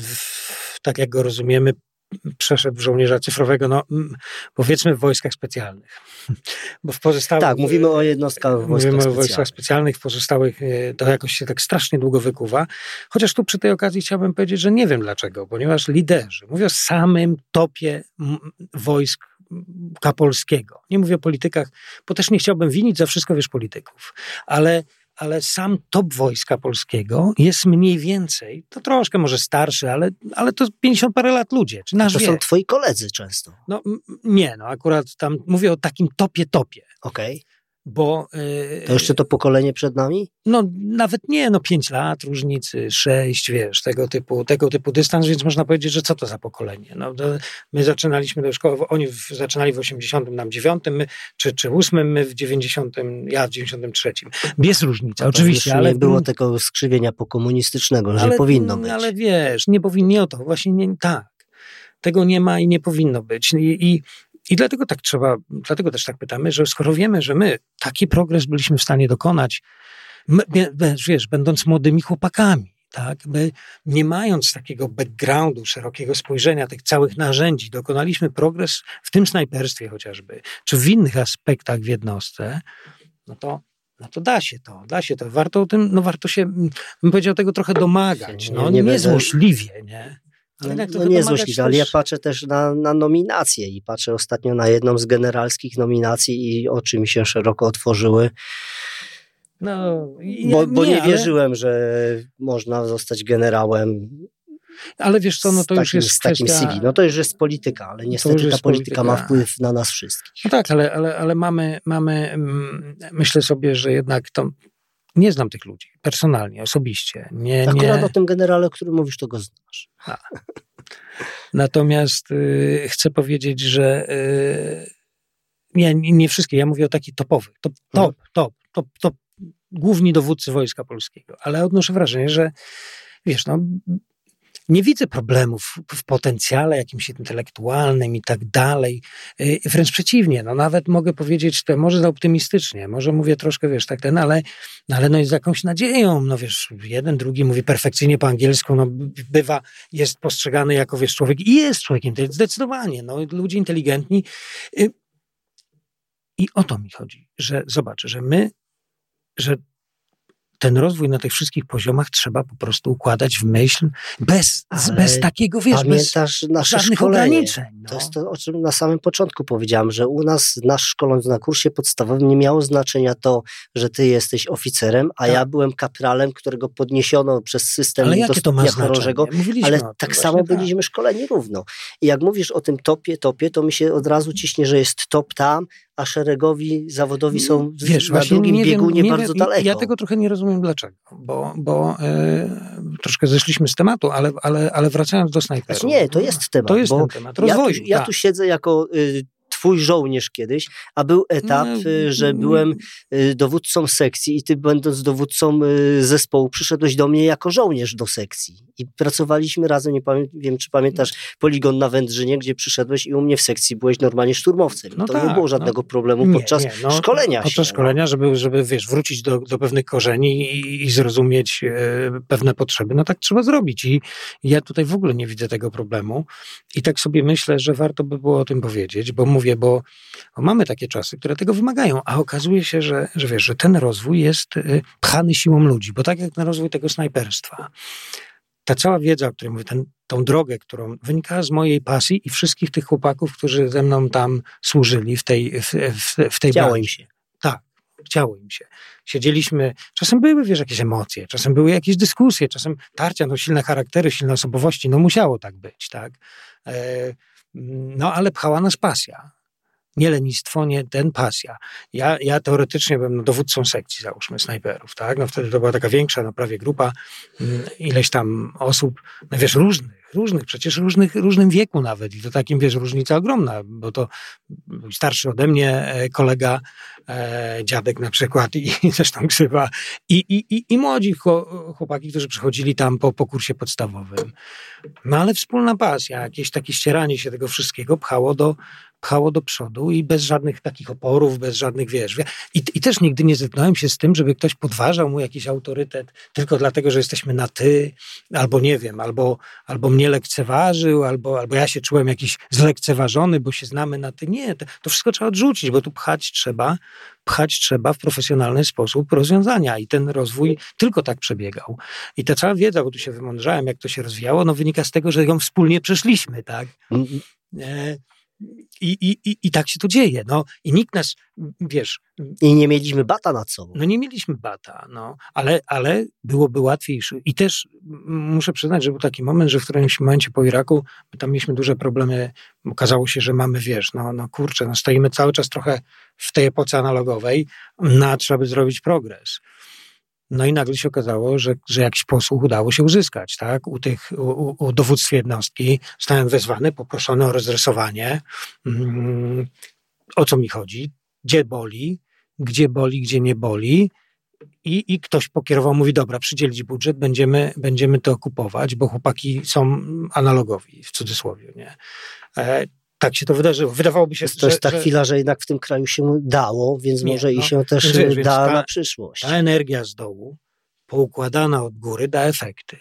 tak jak go rozumiemy, przeszedł w żołnierza cyfrowego, no powiedzmy w wojskach specjalnych. Bo w pozostałych... Tak, mówimy o jednostkach w wojskach Mówimy specjalnych. o wojskach specjalnych, w pozostałych to jakoś się tak strasznie długo wykuwa. Chociaż tu przy tej okazji chciałbym powiedzieć, że nie wiem dlaczego, ponieważ liderzy, mówię o samym topie wojsk polskiego. Nie mówię o politykach, bo też nie chciałbym winić za wszystko, wiesz, polityków. Ale ale sam top wojska polskiego jest mniej więcej, to troszkę może starszy, ale, ale to pięćdziesiąt parę lat ludzie. Czy nasz to wiek. są twoi koledzy często. No nie, no akurat tam mówię o takim topie topie. Okej. Okay. Bo... Yy, to jeszcze to pokolenie przed nami? No nawet nie, no pięć lat różnicy, sześć, wiesz, tego typu, tego typu dystans, więc można powiedzieć, że co to za pokolenie? No, to my zaczynaliśmy do szkoły, oni w, zaczynali w osiemdziesiątym nam dziewiątym, my, czy, czy ósmym, my w dziewięćdziesiątym, ja w dziewięćdziesiątym trzecim. Jest różnica, no oczywiście, ale... nie było tego skrzywienia pokomunistycznego, że ale, nie powinno być. Ale wiesz, nie powinno to, właśnie nie, tak. Tego nie ma i nie powinno być. I, i I dlatego tak trzeba, dlatego też tak pytamy, że skoro wiemy, że my taki progres byliśmy w stanie dokonać, my, wiesz, będąc młodymi chłopakami, tak, my nie mając takiego backgroundu, szerokiego spojrzenia, tych całych narzędzi, dokonaliśmy progres w tym snajperstwie chociażby, czy w innych aspektach w jednostce, no to no to da się to, da się to. Warto o tym, no warto się, bym powiedział, tego trochę domagać, no nie, nie złośliwie, nie? Ale no, no nie złośliwie, ale ja patrzę też na, na nominacje i patrzę ostatnio na jedną z generalskich nominacji i oczy mi się szeroko otworzyły. No, ja, bo bo nie, nie ale... wierzyłem, że można zostać generałem. Ale wiesz co, no to takim, już jest z takim kwestia... C V. No to już jest polityka, ale niestety ta polityka, polityka ma wpływ na nas wszystkich. No tak, ale, ale, ale mamy, mamy, myślę sobie, że jednak to... Nie znam tych ludzi personalnie, osobiście. Nie, Akurat nie... o tym generale, o którym mówisz, to go znasz. A. Natomiast y, chcę powiedzieć, że y, nie, nie wszystkie, ja mówię o takich topowych, top, top, top, top, top, główni dowódcy Wojska Polskiego, ale odnoszę wrażenie, że wiesz, no nie widzę problemów w potencjale jakimś intelektualnym i tak dalej. Wręcz przeciwnie, no nawet mogę powiedzieć, to może za optymistycznie, może mówię troszkę, wiesz, tak ten, ale, no ale no jest z jakąś nadzieją, no wiesz, jeden, drugi mówi perfekcyjnie po angielsku, no bywa, jest postrzegany jako, wiesz, człowiek i jest człowiekiem, to jest zdecydowanie, no ludzie inteligentni. I o to mi chodzi, że zobacz, że my, że ten rozwój na tych wszystkich poziomach trzeba po prostu układać w myśl, bez, bez takiego, wiesz, pamiętasz bez nasze żadnych szkolenie. ograniczeń. No. To jest to, o czym na samym początku powiedziałem, że u nas, nasz szkoląc na kursie podstawowym, nie miało znaczenia to, że ty jesteś oficerem, a tak. ja byłem kapralem, którego podniesiono przez system ale jakie to ma chorążego, ale tak samo byliśmy tak. szkoleni równo. I jak mówisz o tym topie, topie, to mi się od razu ciśnie, że jest top tam, a szeregowi zawodowi są Wiesz, na drugim nie biegunie wiem, nie bardzo wiem, daleko. Ja tego trochę nie rozumiem dlaczego, bo, bo e, troszkę zeszliśmy z tematu, ale, ale, ale wracając do snajperów. Znaczy nie, to jest temat. To jest bo ten temat rozwoju. Ja tu, ja tak. tu siedzę jako y, twój żołnierz kiedyś, a był etap, y, że byłem y, dowódcą sekcji i ty będąc dowódcą y, zespołu przyszedłeś do mnie jako żołnierz do sekcji i pracowaliśmy razem, nie pamię- wiem czy pamiętasz poligon na Wędrzynie, gdzie przyszedłeś i u mnie w sekcji byłeś normalnie szturmowcem. No to tak, nie było żadnego no, problemu podczas nie, no, szkolenia podczas się. szkolenia, żeby, żeby wiesz, wrócić do, do pewnych korzeni i, i zrozumieć e, pewne potrzeby, no tak trzeba zrobić i ja tutaj w ogóle nie widzę tego problemu i tak sobie myślę, że warto by było o tym powiedzieć, bo mówię, bo, bo mamy takie czasy, które tego wymagają, a okazuje się, że, że wiesz, że ten rozwój jest y, pchany siłą ludzi, bo tak jak ten rozwój tego snajperstwa, ta cała wiedza, o której mówię, ten, tą drogę, którą wynikała z mojej pasji i wszystkich tych chłopaków, którzy ze mną tam służyli w tej w, w, w tej Chciało im się. Tak, chciało im się. Siedzieliśmy, czasem były, wiesz, jakieś emocje, czasem były jakieś dyskusje, czasem tarcia, no silne charaktery, silne osobowości, no musiało tak być, tak? E, no ale pchała nas pasja. Nie lenistwo, nie ten, pasja. Ja, ja teoretycznie byłem no, dowódcą sekcji, załóżmy, snajperów, tak? No wtedy to była taka większa, no prawie grupa, ileś tam osób, no wiesz, różnych, różnych, przecież różnych, różnym wieku nawet i to takim, wiesz, różnica ogromna, bo to był starszy ode mnie kolega, e, dziadek na przykład i, i zresztą ksywa i, i, i, i młodzi chłopaki, którzy przychodzili tam po, po kursie podstawowym. No ale wspólna pasja, jakieś takie ścieranie się tego wszystkiego pchało do pchało do przodu i bez żadnych takich oporów, bez żadnych, wiesz, i, i też nigdy nie zetknąłem się z tym, żeby ktoś podważał mu jakiś autorytet tylko dlatego, że jesteśmy na ty, albo nie wiem, albo, albo mnie lekceważył, albo, albo ja się czułem jakiś zlekceważony, bo się znamy na ty. Nie, to, to wszystko trzeba odrzucić, bo tu pchać trzeba, pchać trzeba w profesjonalny sposób rozwiązania i ten rozwój tylko tak przebiegał. I ta cała wiedza, bo tu się wymądrzałem, jak to się rozwijało, no wynika z tego, że ją wspólnie przeszliśmy, tak? Mm-hmm. E- I, i, i, I tak się to dzieje, no. I nikt nas, wiesz... I nie mieliśmy bata nad sobą. No nie mieliśmy bata, no. Ale, ale byłoby łatwiej. I też muszę przyznać, że był taki moment, że w którymś momencie po Iraku, my tam mieliśmy duże problemy. Okazało się, że mamy, wiesz, no, no kurczę, no stoimy cały czas trochę w tej epoce analogowej, no, trzeba by zrobić progres. No i nagle się okazało, że, że jakiś posłuch udało się uzyskać, tak? U tych, u, u dowództwie jednostki zostałem wezwany, poproszony o rozrysowanie. Mm, o co mi chodzi? Gdzie boli? Gdzie boli, gdzie nie boli? I, i ktoś pokierował, mówi, dobra, przydzielić budżet, będziemy, będziemy to kupować, bo chłopaki są analogowi, w cudzysłowie, nie? E, Tak się to wydarzyło. Wydawałoby się, to jest że, ta że... chwila, że jednak w tym kraju się dało, więc nie, może no, i się też wiesz, da ta, na przyszłość. Ta energia z dołu, poukładana od góry, da efekty.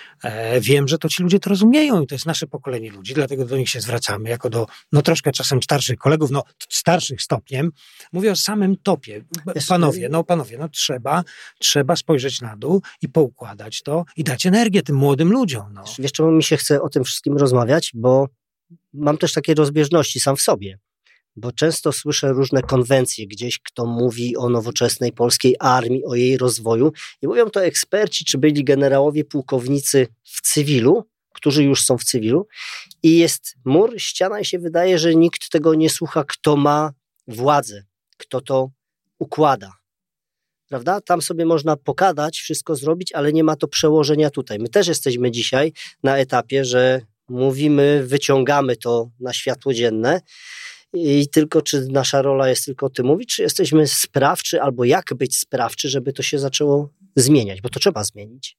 E, wiem, że to ci ludzie to rozumieją i to jest nasze pokolenie ludzi, dlatego do nich się zwracamy jako do, no troszkę czasem starszych kolegów, no starszych stopniem. Mówię o samym topie. Panowie, no panowie, no trzeba, trzeba spojrzeć na dół i poukładać to i dać energię tym młodym ludziom. No. Wiesz, czemu mi się chce o tym wszystkim rozmawiać? Bo mam też takie rozbieżności sam w sobie, bo często słyszę różne konwencje gdzieś, kto mówi o nowoczesnej polskiej armii, o jej rozwoju i mówią to eksperci, czy byli generałowie, pułkownicy w cywilu, którzy już są w cywilu i jest mur, ściana i się wydaje, że nikt tego nie słucha, kto ma władzę, kto to układa. Prawda? Tam sobie można pokadać, wszystko zrobić, ale nie ma to przełożenia tutaj. My też jesteśmy dzisiaj na etapie, że mówimy, wyciągamy to na światło dzienne i tylko czy nasza rola jest tylko o tym mówić, czy jesteśmy sprawczy, albo jak być sprawczy, żeby to się zaczęło zmieniać, bo to trzeba zmienić.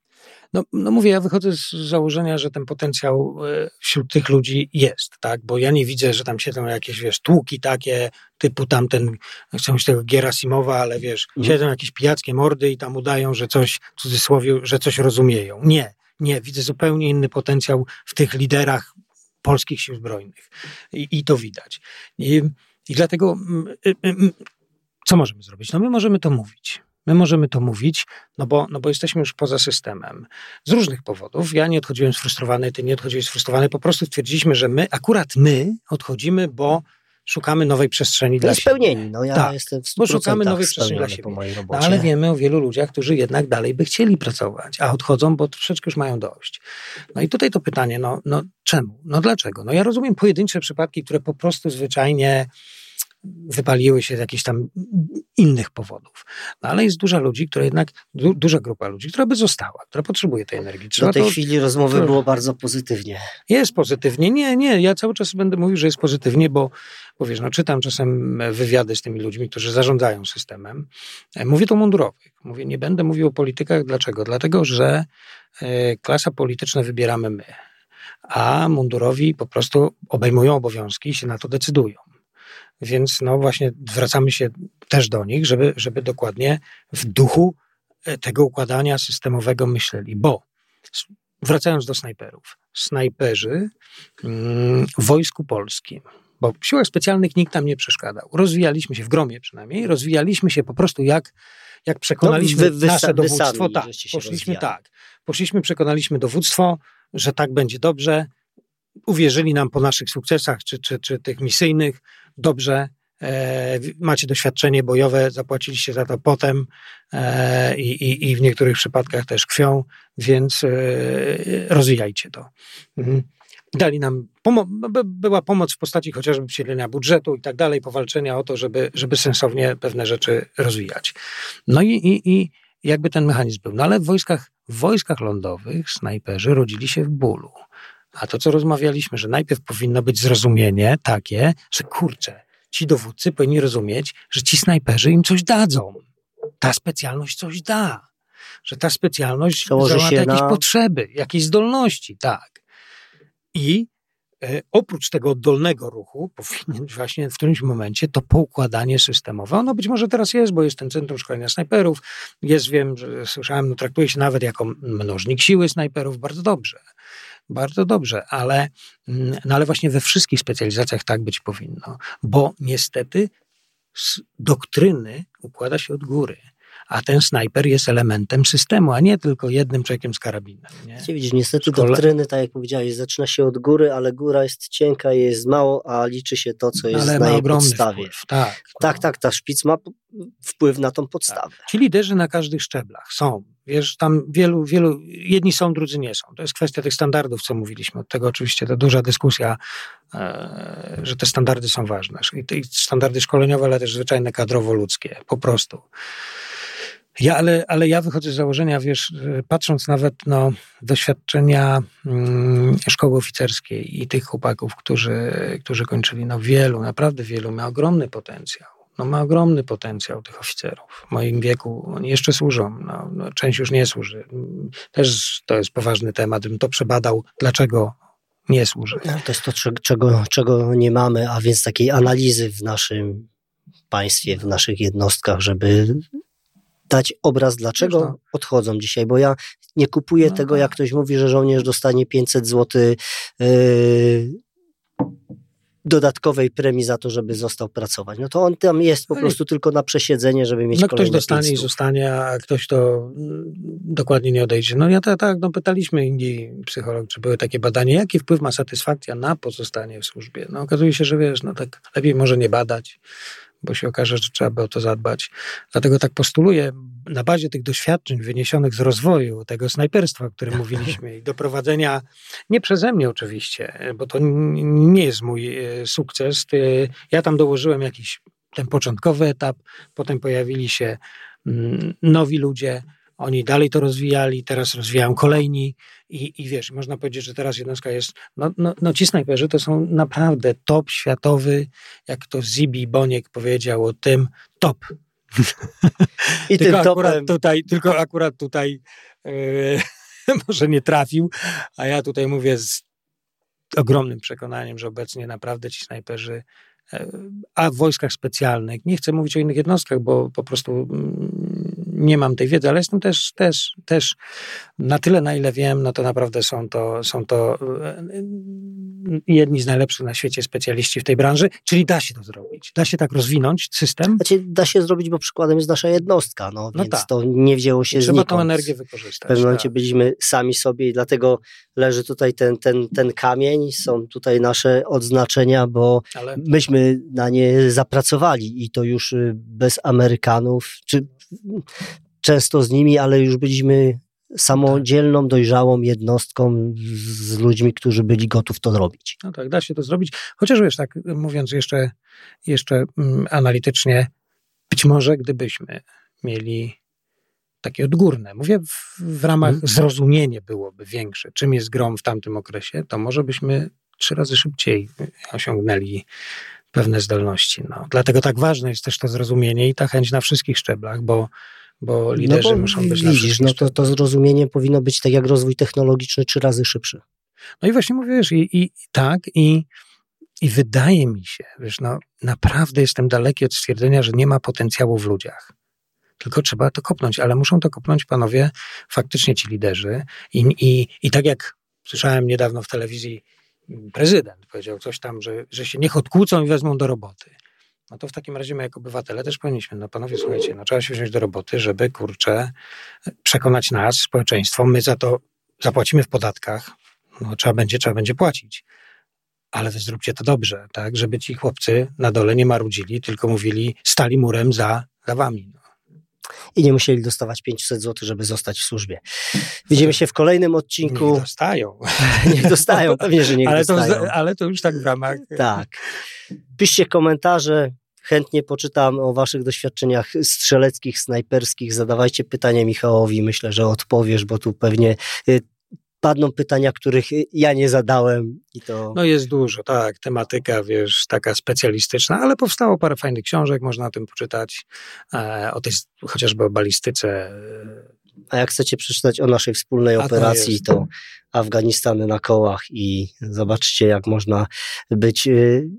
No, no mówię, ja wychodzę z założenia, że ten potencjał wśród tych ludzi jest, tak, bo ja nie widzę, że tam siedzą jakieś, wiesz, tłuki takie, typu tamten, chcę mówić tego Gierasimowa, ale wiesz, mm. siedzą jakieś pijackie mordy i tam udają, że coś, w cudzysłowie, że coś rozumieją. Nie. Nie, widzę zupełnie inny potencjał w tych liderach polskich sił zbrojnych. I, i to widać. I, i dlatego y, y, y, co możemy zrobić? No my możemy to mówić. My możemy to mówić, no bo, no bo jesteśmy już poza systemem. Z różnych powodów. Ja nie odchodziłem sfrustrowany, ty nie odchodziłeś sfrustrowany. Po prostu stwierdziliśmy, że my, akurat my odchodzimy, bo szukamy nowej przestrzeni no dla siebie. Spełnieni. No ja tak, jestem w stu bo szukamy nowej przestrzeni dla siebie. No, ale wiemy o wielu ludziach, którzy jednak dalej by chcieli pracować, a odchodzą, bo troszeczkę już mają dość. No i tutaj to pytanie, no, no czemu? No dlaczego? No ja rozumiem pojedyncze przypadki, które po prostu zwyczajnie wypaliły się z jakichś tam innych powodów. No ale jest duża ludzi, która jednak, du, duża grupa ludzi, która by została, która potrzebuje tej energii. Trzeba Do tej to, chwili rozmowy to, było bardzo pozytywnie. Jest pozytywnie. Nie, nie, ja cały czas będę mówił, że jest pozytywnie, bo, bo wiesz, no czytam czasem wywiady z tymi ludźmi, którzy zarządzają systemem. Mówię to o mundurowych. Mówię, nie będę mówił o politykach. Dlaczego? Dlatego, że y, klasa polityczna wybieramy my, a mundurowi po prostu obejmują obowiązki i się na to decydują. Więc no właśnie zwracamy się też do nich, żeby, żeby dokładnie w duchu tego układania systemowego myśleli. Bo wracając do snajperów. Snajperzy w Wojsku Polskim, bo w siłach specjalnych nikt nam nie przeszkadzał. Rozwijaliśmy się, w gromie przynajmniej, rozwijaliśmy się po prostu jak, jak przekonaliśmy no, wy, wy, nasze dowództwo. Sami, tak, poszliśmy tak. Poszliśmy, przekonaliśmy dowództwo, że tak będzie dobrze. Uwierzyli nam po naszych sukcesach, czy, czy, czy tych misyjnych, dobrze, e, macie doświadczenie bojowe, zapłaciliście za to potem e, i, i w niektórych przypadkach też krwią, więc e, rozwijajcie to. Mhm. Dali nam, pomo- była pomoc w postaci chociażby przydzielenia budżetu i tak dalej, powalczenia o to, żeby, żeby sensownie pewne rzeczy rozwijać. No i, i, i jakby ten mechanizm był. No ale w wojskach, w wojskach lądowych snajperzy rodzili się w bólu. A to, co rozmawialiśmy, że najpierw powinno być zrozumienie takie, że kurczę, ci dowódcy powinni rozumieć, że ci snajperzy im coś dadzą. Ta specjalność coś da. Że ta specjalność załata jakieś na... potrzeby, jakieś zdolności, tak. I e, oprócz tego oddolnego ruchu powinien właśnie w którymś momencie to poukładanie systemowe. Ono być może teraz jest, bo jest ten Centrum Szkolenia Snajperów. Jest, wiem, że słyszałem, no, traktuje się nawet jako mnożnik siły snajperów. Bardzo dobrze. Bardzo dobrze, ale, no ale właśnie we wszystkich specjalizacjach tak być powinno, bo niestety z doktryny układa się od góry, a ten snajper jest elementem systemu, a nie tylko jednym człowiekiem z karabinem. Nie? Widzisz, niestety Szkole... doktryny, tak jak powiedziałeś, zaczyna się od góry, ale góra jest cienka, jest mało, a liczy się to, co jest ale na jej podstawie. Wpływ. Tak, tak, tak, ta szpic ma wpływ na tą podstawę. Tak. Ci liderzy na każdych szczeblach są. Wiesz, tam wielu, wielu, jedni są, drudzy nie są. To jest kwestia tych standardów, co mówiliśmy. Od tego oczywiście to duża dyskusja, e, że te standardy są ważne. I te standardy szkoleniowe, ale też zwyczajne kadrowo-ludzkie. Po prostu. Ja, ale, ale ja wychodzę z założenia, wiesz, patrząc nawet na doświadczenia mm, szkoły oficerskiej i tych chłopaków, którzy, którzy kończyli, no wielu, naprawdę wielu, ma ogromny potencjał. No ma ogromny potencjał tych oficerów. W moim wieku oni jeszcze służą, no, no, część już nie służy. Też to jest poważny temat, bym to przebadał, dlaczego nie służy. No, to jest to, czego, czego nie mamy, a więc takiej analizy w naszym państwie, w naszych jednostkach, żeby dać obraz, dlaczego no. odchodzą dzisiaj, bo ja nie kupuję no, tego, jak ktoś mówi, że żołnierz dostanie pięćset złotych yy, dodatkowej premii za to, żeby został pracować. No to on tam jest po prostu tylko na przesiedzenie, żeby mieć no kolejne ktoś dostanie pięćset. I zostanie, a ktoś to dokładnie nie odejdzie. No ja tak, tak no pytaliśmy inni psycholog, czy były takie badania, jaki wpływ ma satysfakcja na pozostanie w służbie. No okazuje się, że wiesz, no tak lepiej może nie badać, bo się okaże, że trzeba by o to zadbać. Dlatego tak postuluję, na bazie tych doświadczeń wyniesionych z rozwoju tego snajperstwa, o którym mówiliśmy i doprowadzenia, nie przeze mnie oczywiście, bo to nie jest mój sukces. Ja tam dołożyłem jakiś ten początkowy etap, potem pojawili się nowi ludzie, oni dalej to rozwijali, teraz rozwijają kolejni i, i wiesz, można powiedzieć, że teraz jednostka jest, no, no, no ci snajperzy to są naprawdę top światowy, jak to Zibi Boniek powiedział o tym, top. I tylko, tym akurat topem... tutaj, tylko akurat tutaj yy, może nie trafił, a ja tutaj mówię z ogromnym przekonaniem, że obecnie naprawdę ci snajperzy, a w wojskach specjalnych, nie chcę mówić o innych jednostkach, bo po prostu nie mam tej wiedzy, ale jestem też, też, też na tyle, na ile wiem, no to naprawdę są to, są to jedni z najlepszych na świecie specjaliści w tej branży, czyli da się to zrobić. Da się tak rozwinąć system. Znaczy, da się zrobić, bo przykładem jest nasza jednostka, no, no więc tak. To nie wzięło się Trzeba znikąd. tą energię wykorzystać. W pewnym momencie tak. byliśmy sami sobie i dlatego leży tutaj ten, ten, ten kamień, są tutaj nasze odznaczenia, bo ale... myśmy na nie zapracowali i to już bez Amerykanów, czy często z nimi, ale już byliśmy samodzielną, dojrzałą jednostką z ludźmi, którzy byli gotów to robić. No tak, da się to zrobić. Chociaż wiesz, tak mówiąc jeszcze, jeszcze um, analitycznie, być może gdybyśmy mieli takie odgórne, mówię w, w ramach hmm. zrozumienie byłoby większe, czym jest grom w tamtym okresie, to może byśmy trzy razy szybciej osiągnęli pewne zdolności. No. Dlatego tak ważne jest też to zrozumienie i ta chęć na wszystkich szczeblach, bo Bo liderzy no bo muszą być widzisz, no to, to zrozumienie powinno być tak jak rozwój technologiczny trzy razy szybszy. No i właśnie mówisz, i, i tak, i, i wydaje mi się, wiesz, no naprawdę jestem daleki od stwierdzenia, że nie ma potencjału w ludziach. Tylko trzeba to kopnąć, ale muszą to kopnąć panowie, faktycznie ci liderzy. I, i, i tak jak słyszałem niedawno w telewizji, prezydent powiedział coś tam, że, że się niech odkłócą i wezmą do roboty. No to w takim razie my jako obywatele też powinniśmy, no panowie, słuchajcie, no trzeba się wziąć do roboty, żeby, kurczę, przekonać nas, społeczeństwo, my za to zapłacimy w podatkach, no trzeba będzie, trzeba będzie płacić. Ale wy zróbcie to dobrze, tak, żeby ci chłopcy na dole nie marudzili, tylko mówili, stali murem za, za wami. No. I nie musieli dostawać pięćset złotych, żeby zostać w służbie. Widzimy się w kolejnym odcinku. Niech dostają. Niech dostają, pewnie, że niech ale dostają. To, ale to już tak w ramach... Tak. Piszcie komentarze, chętnie poczytam o waszych doświadczeniach strzeleckich, snajperskich. Zadawajcie pytania Michałowi, myślę, że odpowiesz, bo tu pewnie padną pytania, których ja nie zadałem. I to... No jest dużo, tak, tematyka, wiesz, taka specjalistyczna, ale powstało parę fajnych książek, można o tym poczytać, e, o tej, chociażby o balistyce. A jak chcecie przeczytać o naszej wspólnej A operacji, to, to Afganistan na kołach i zobaczcie, jak można być y,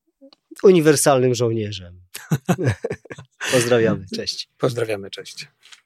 uniwersalnym żołnierzem. Pozdrawiamy, cześć. Pozdrawiamy, cześć.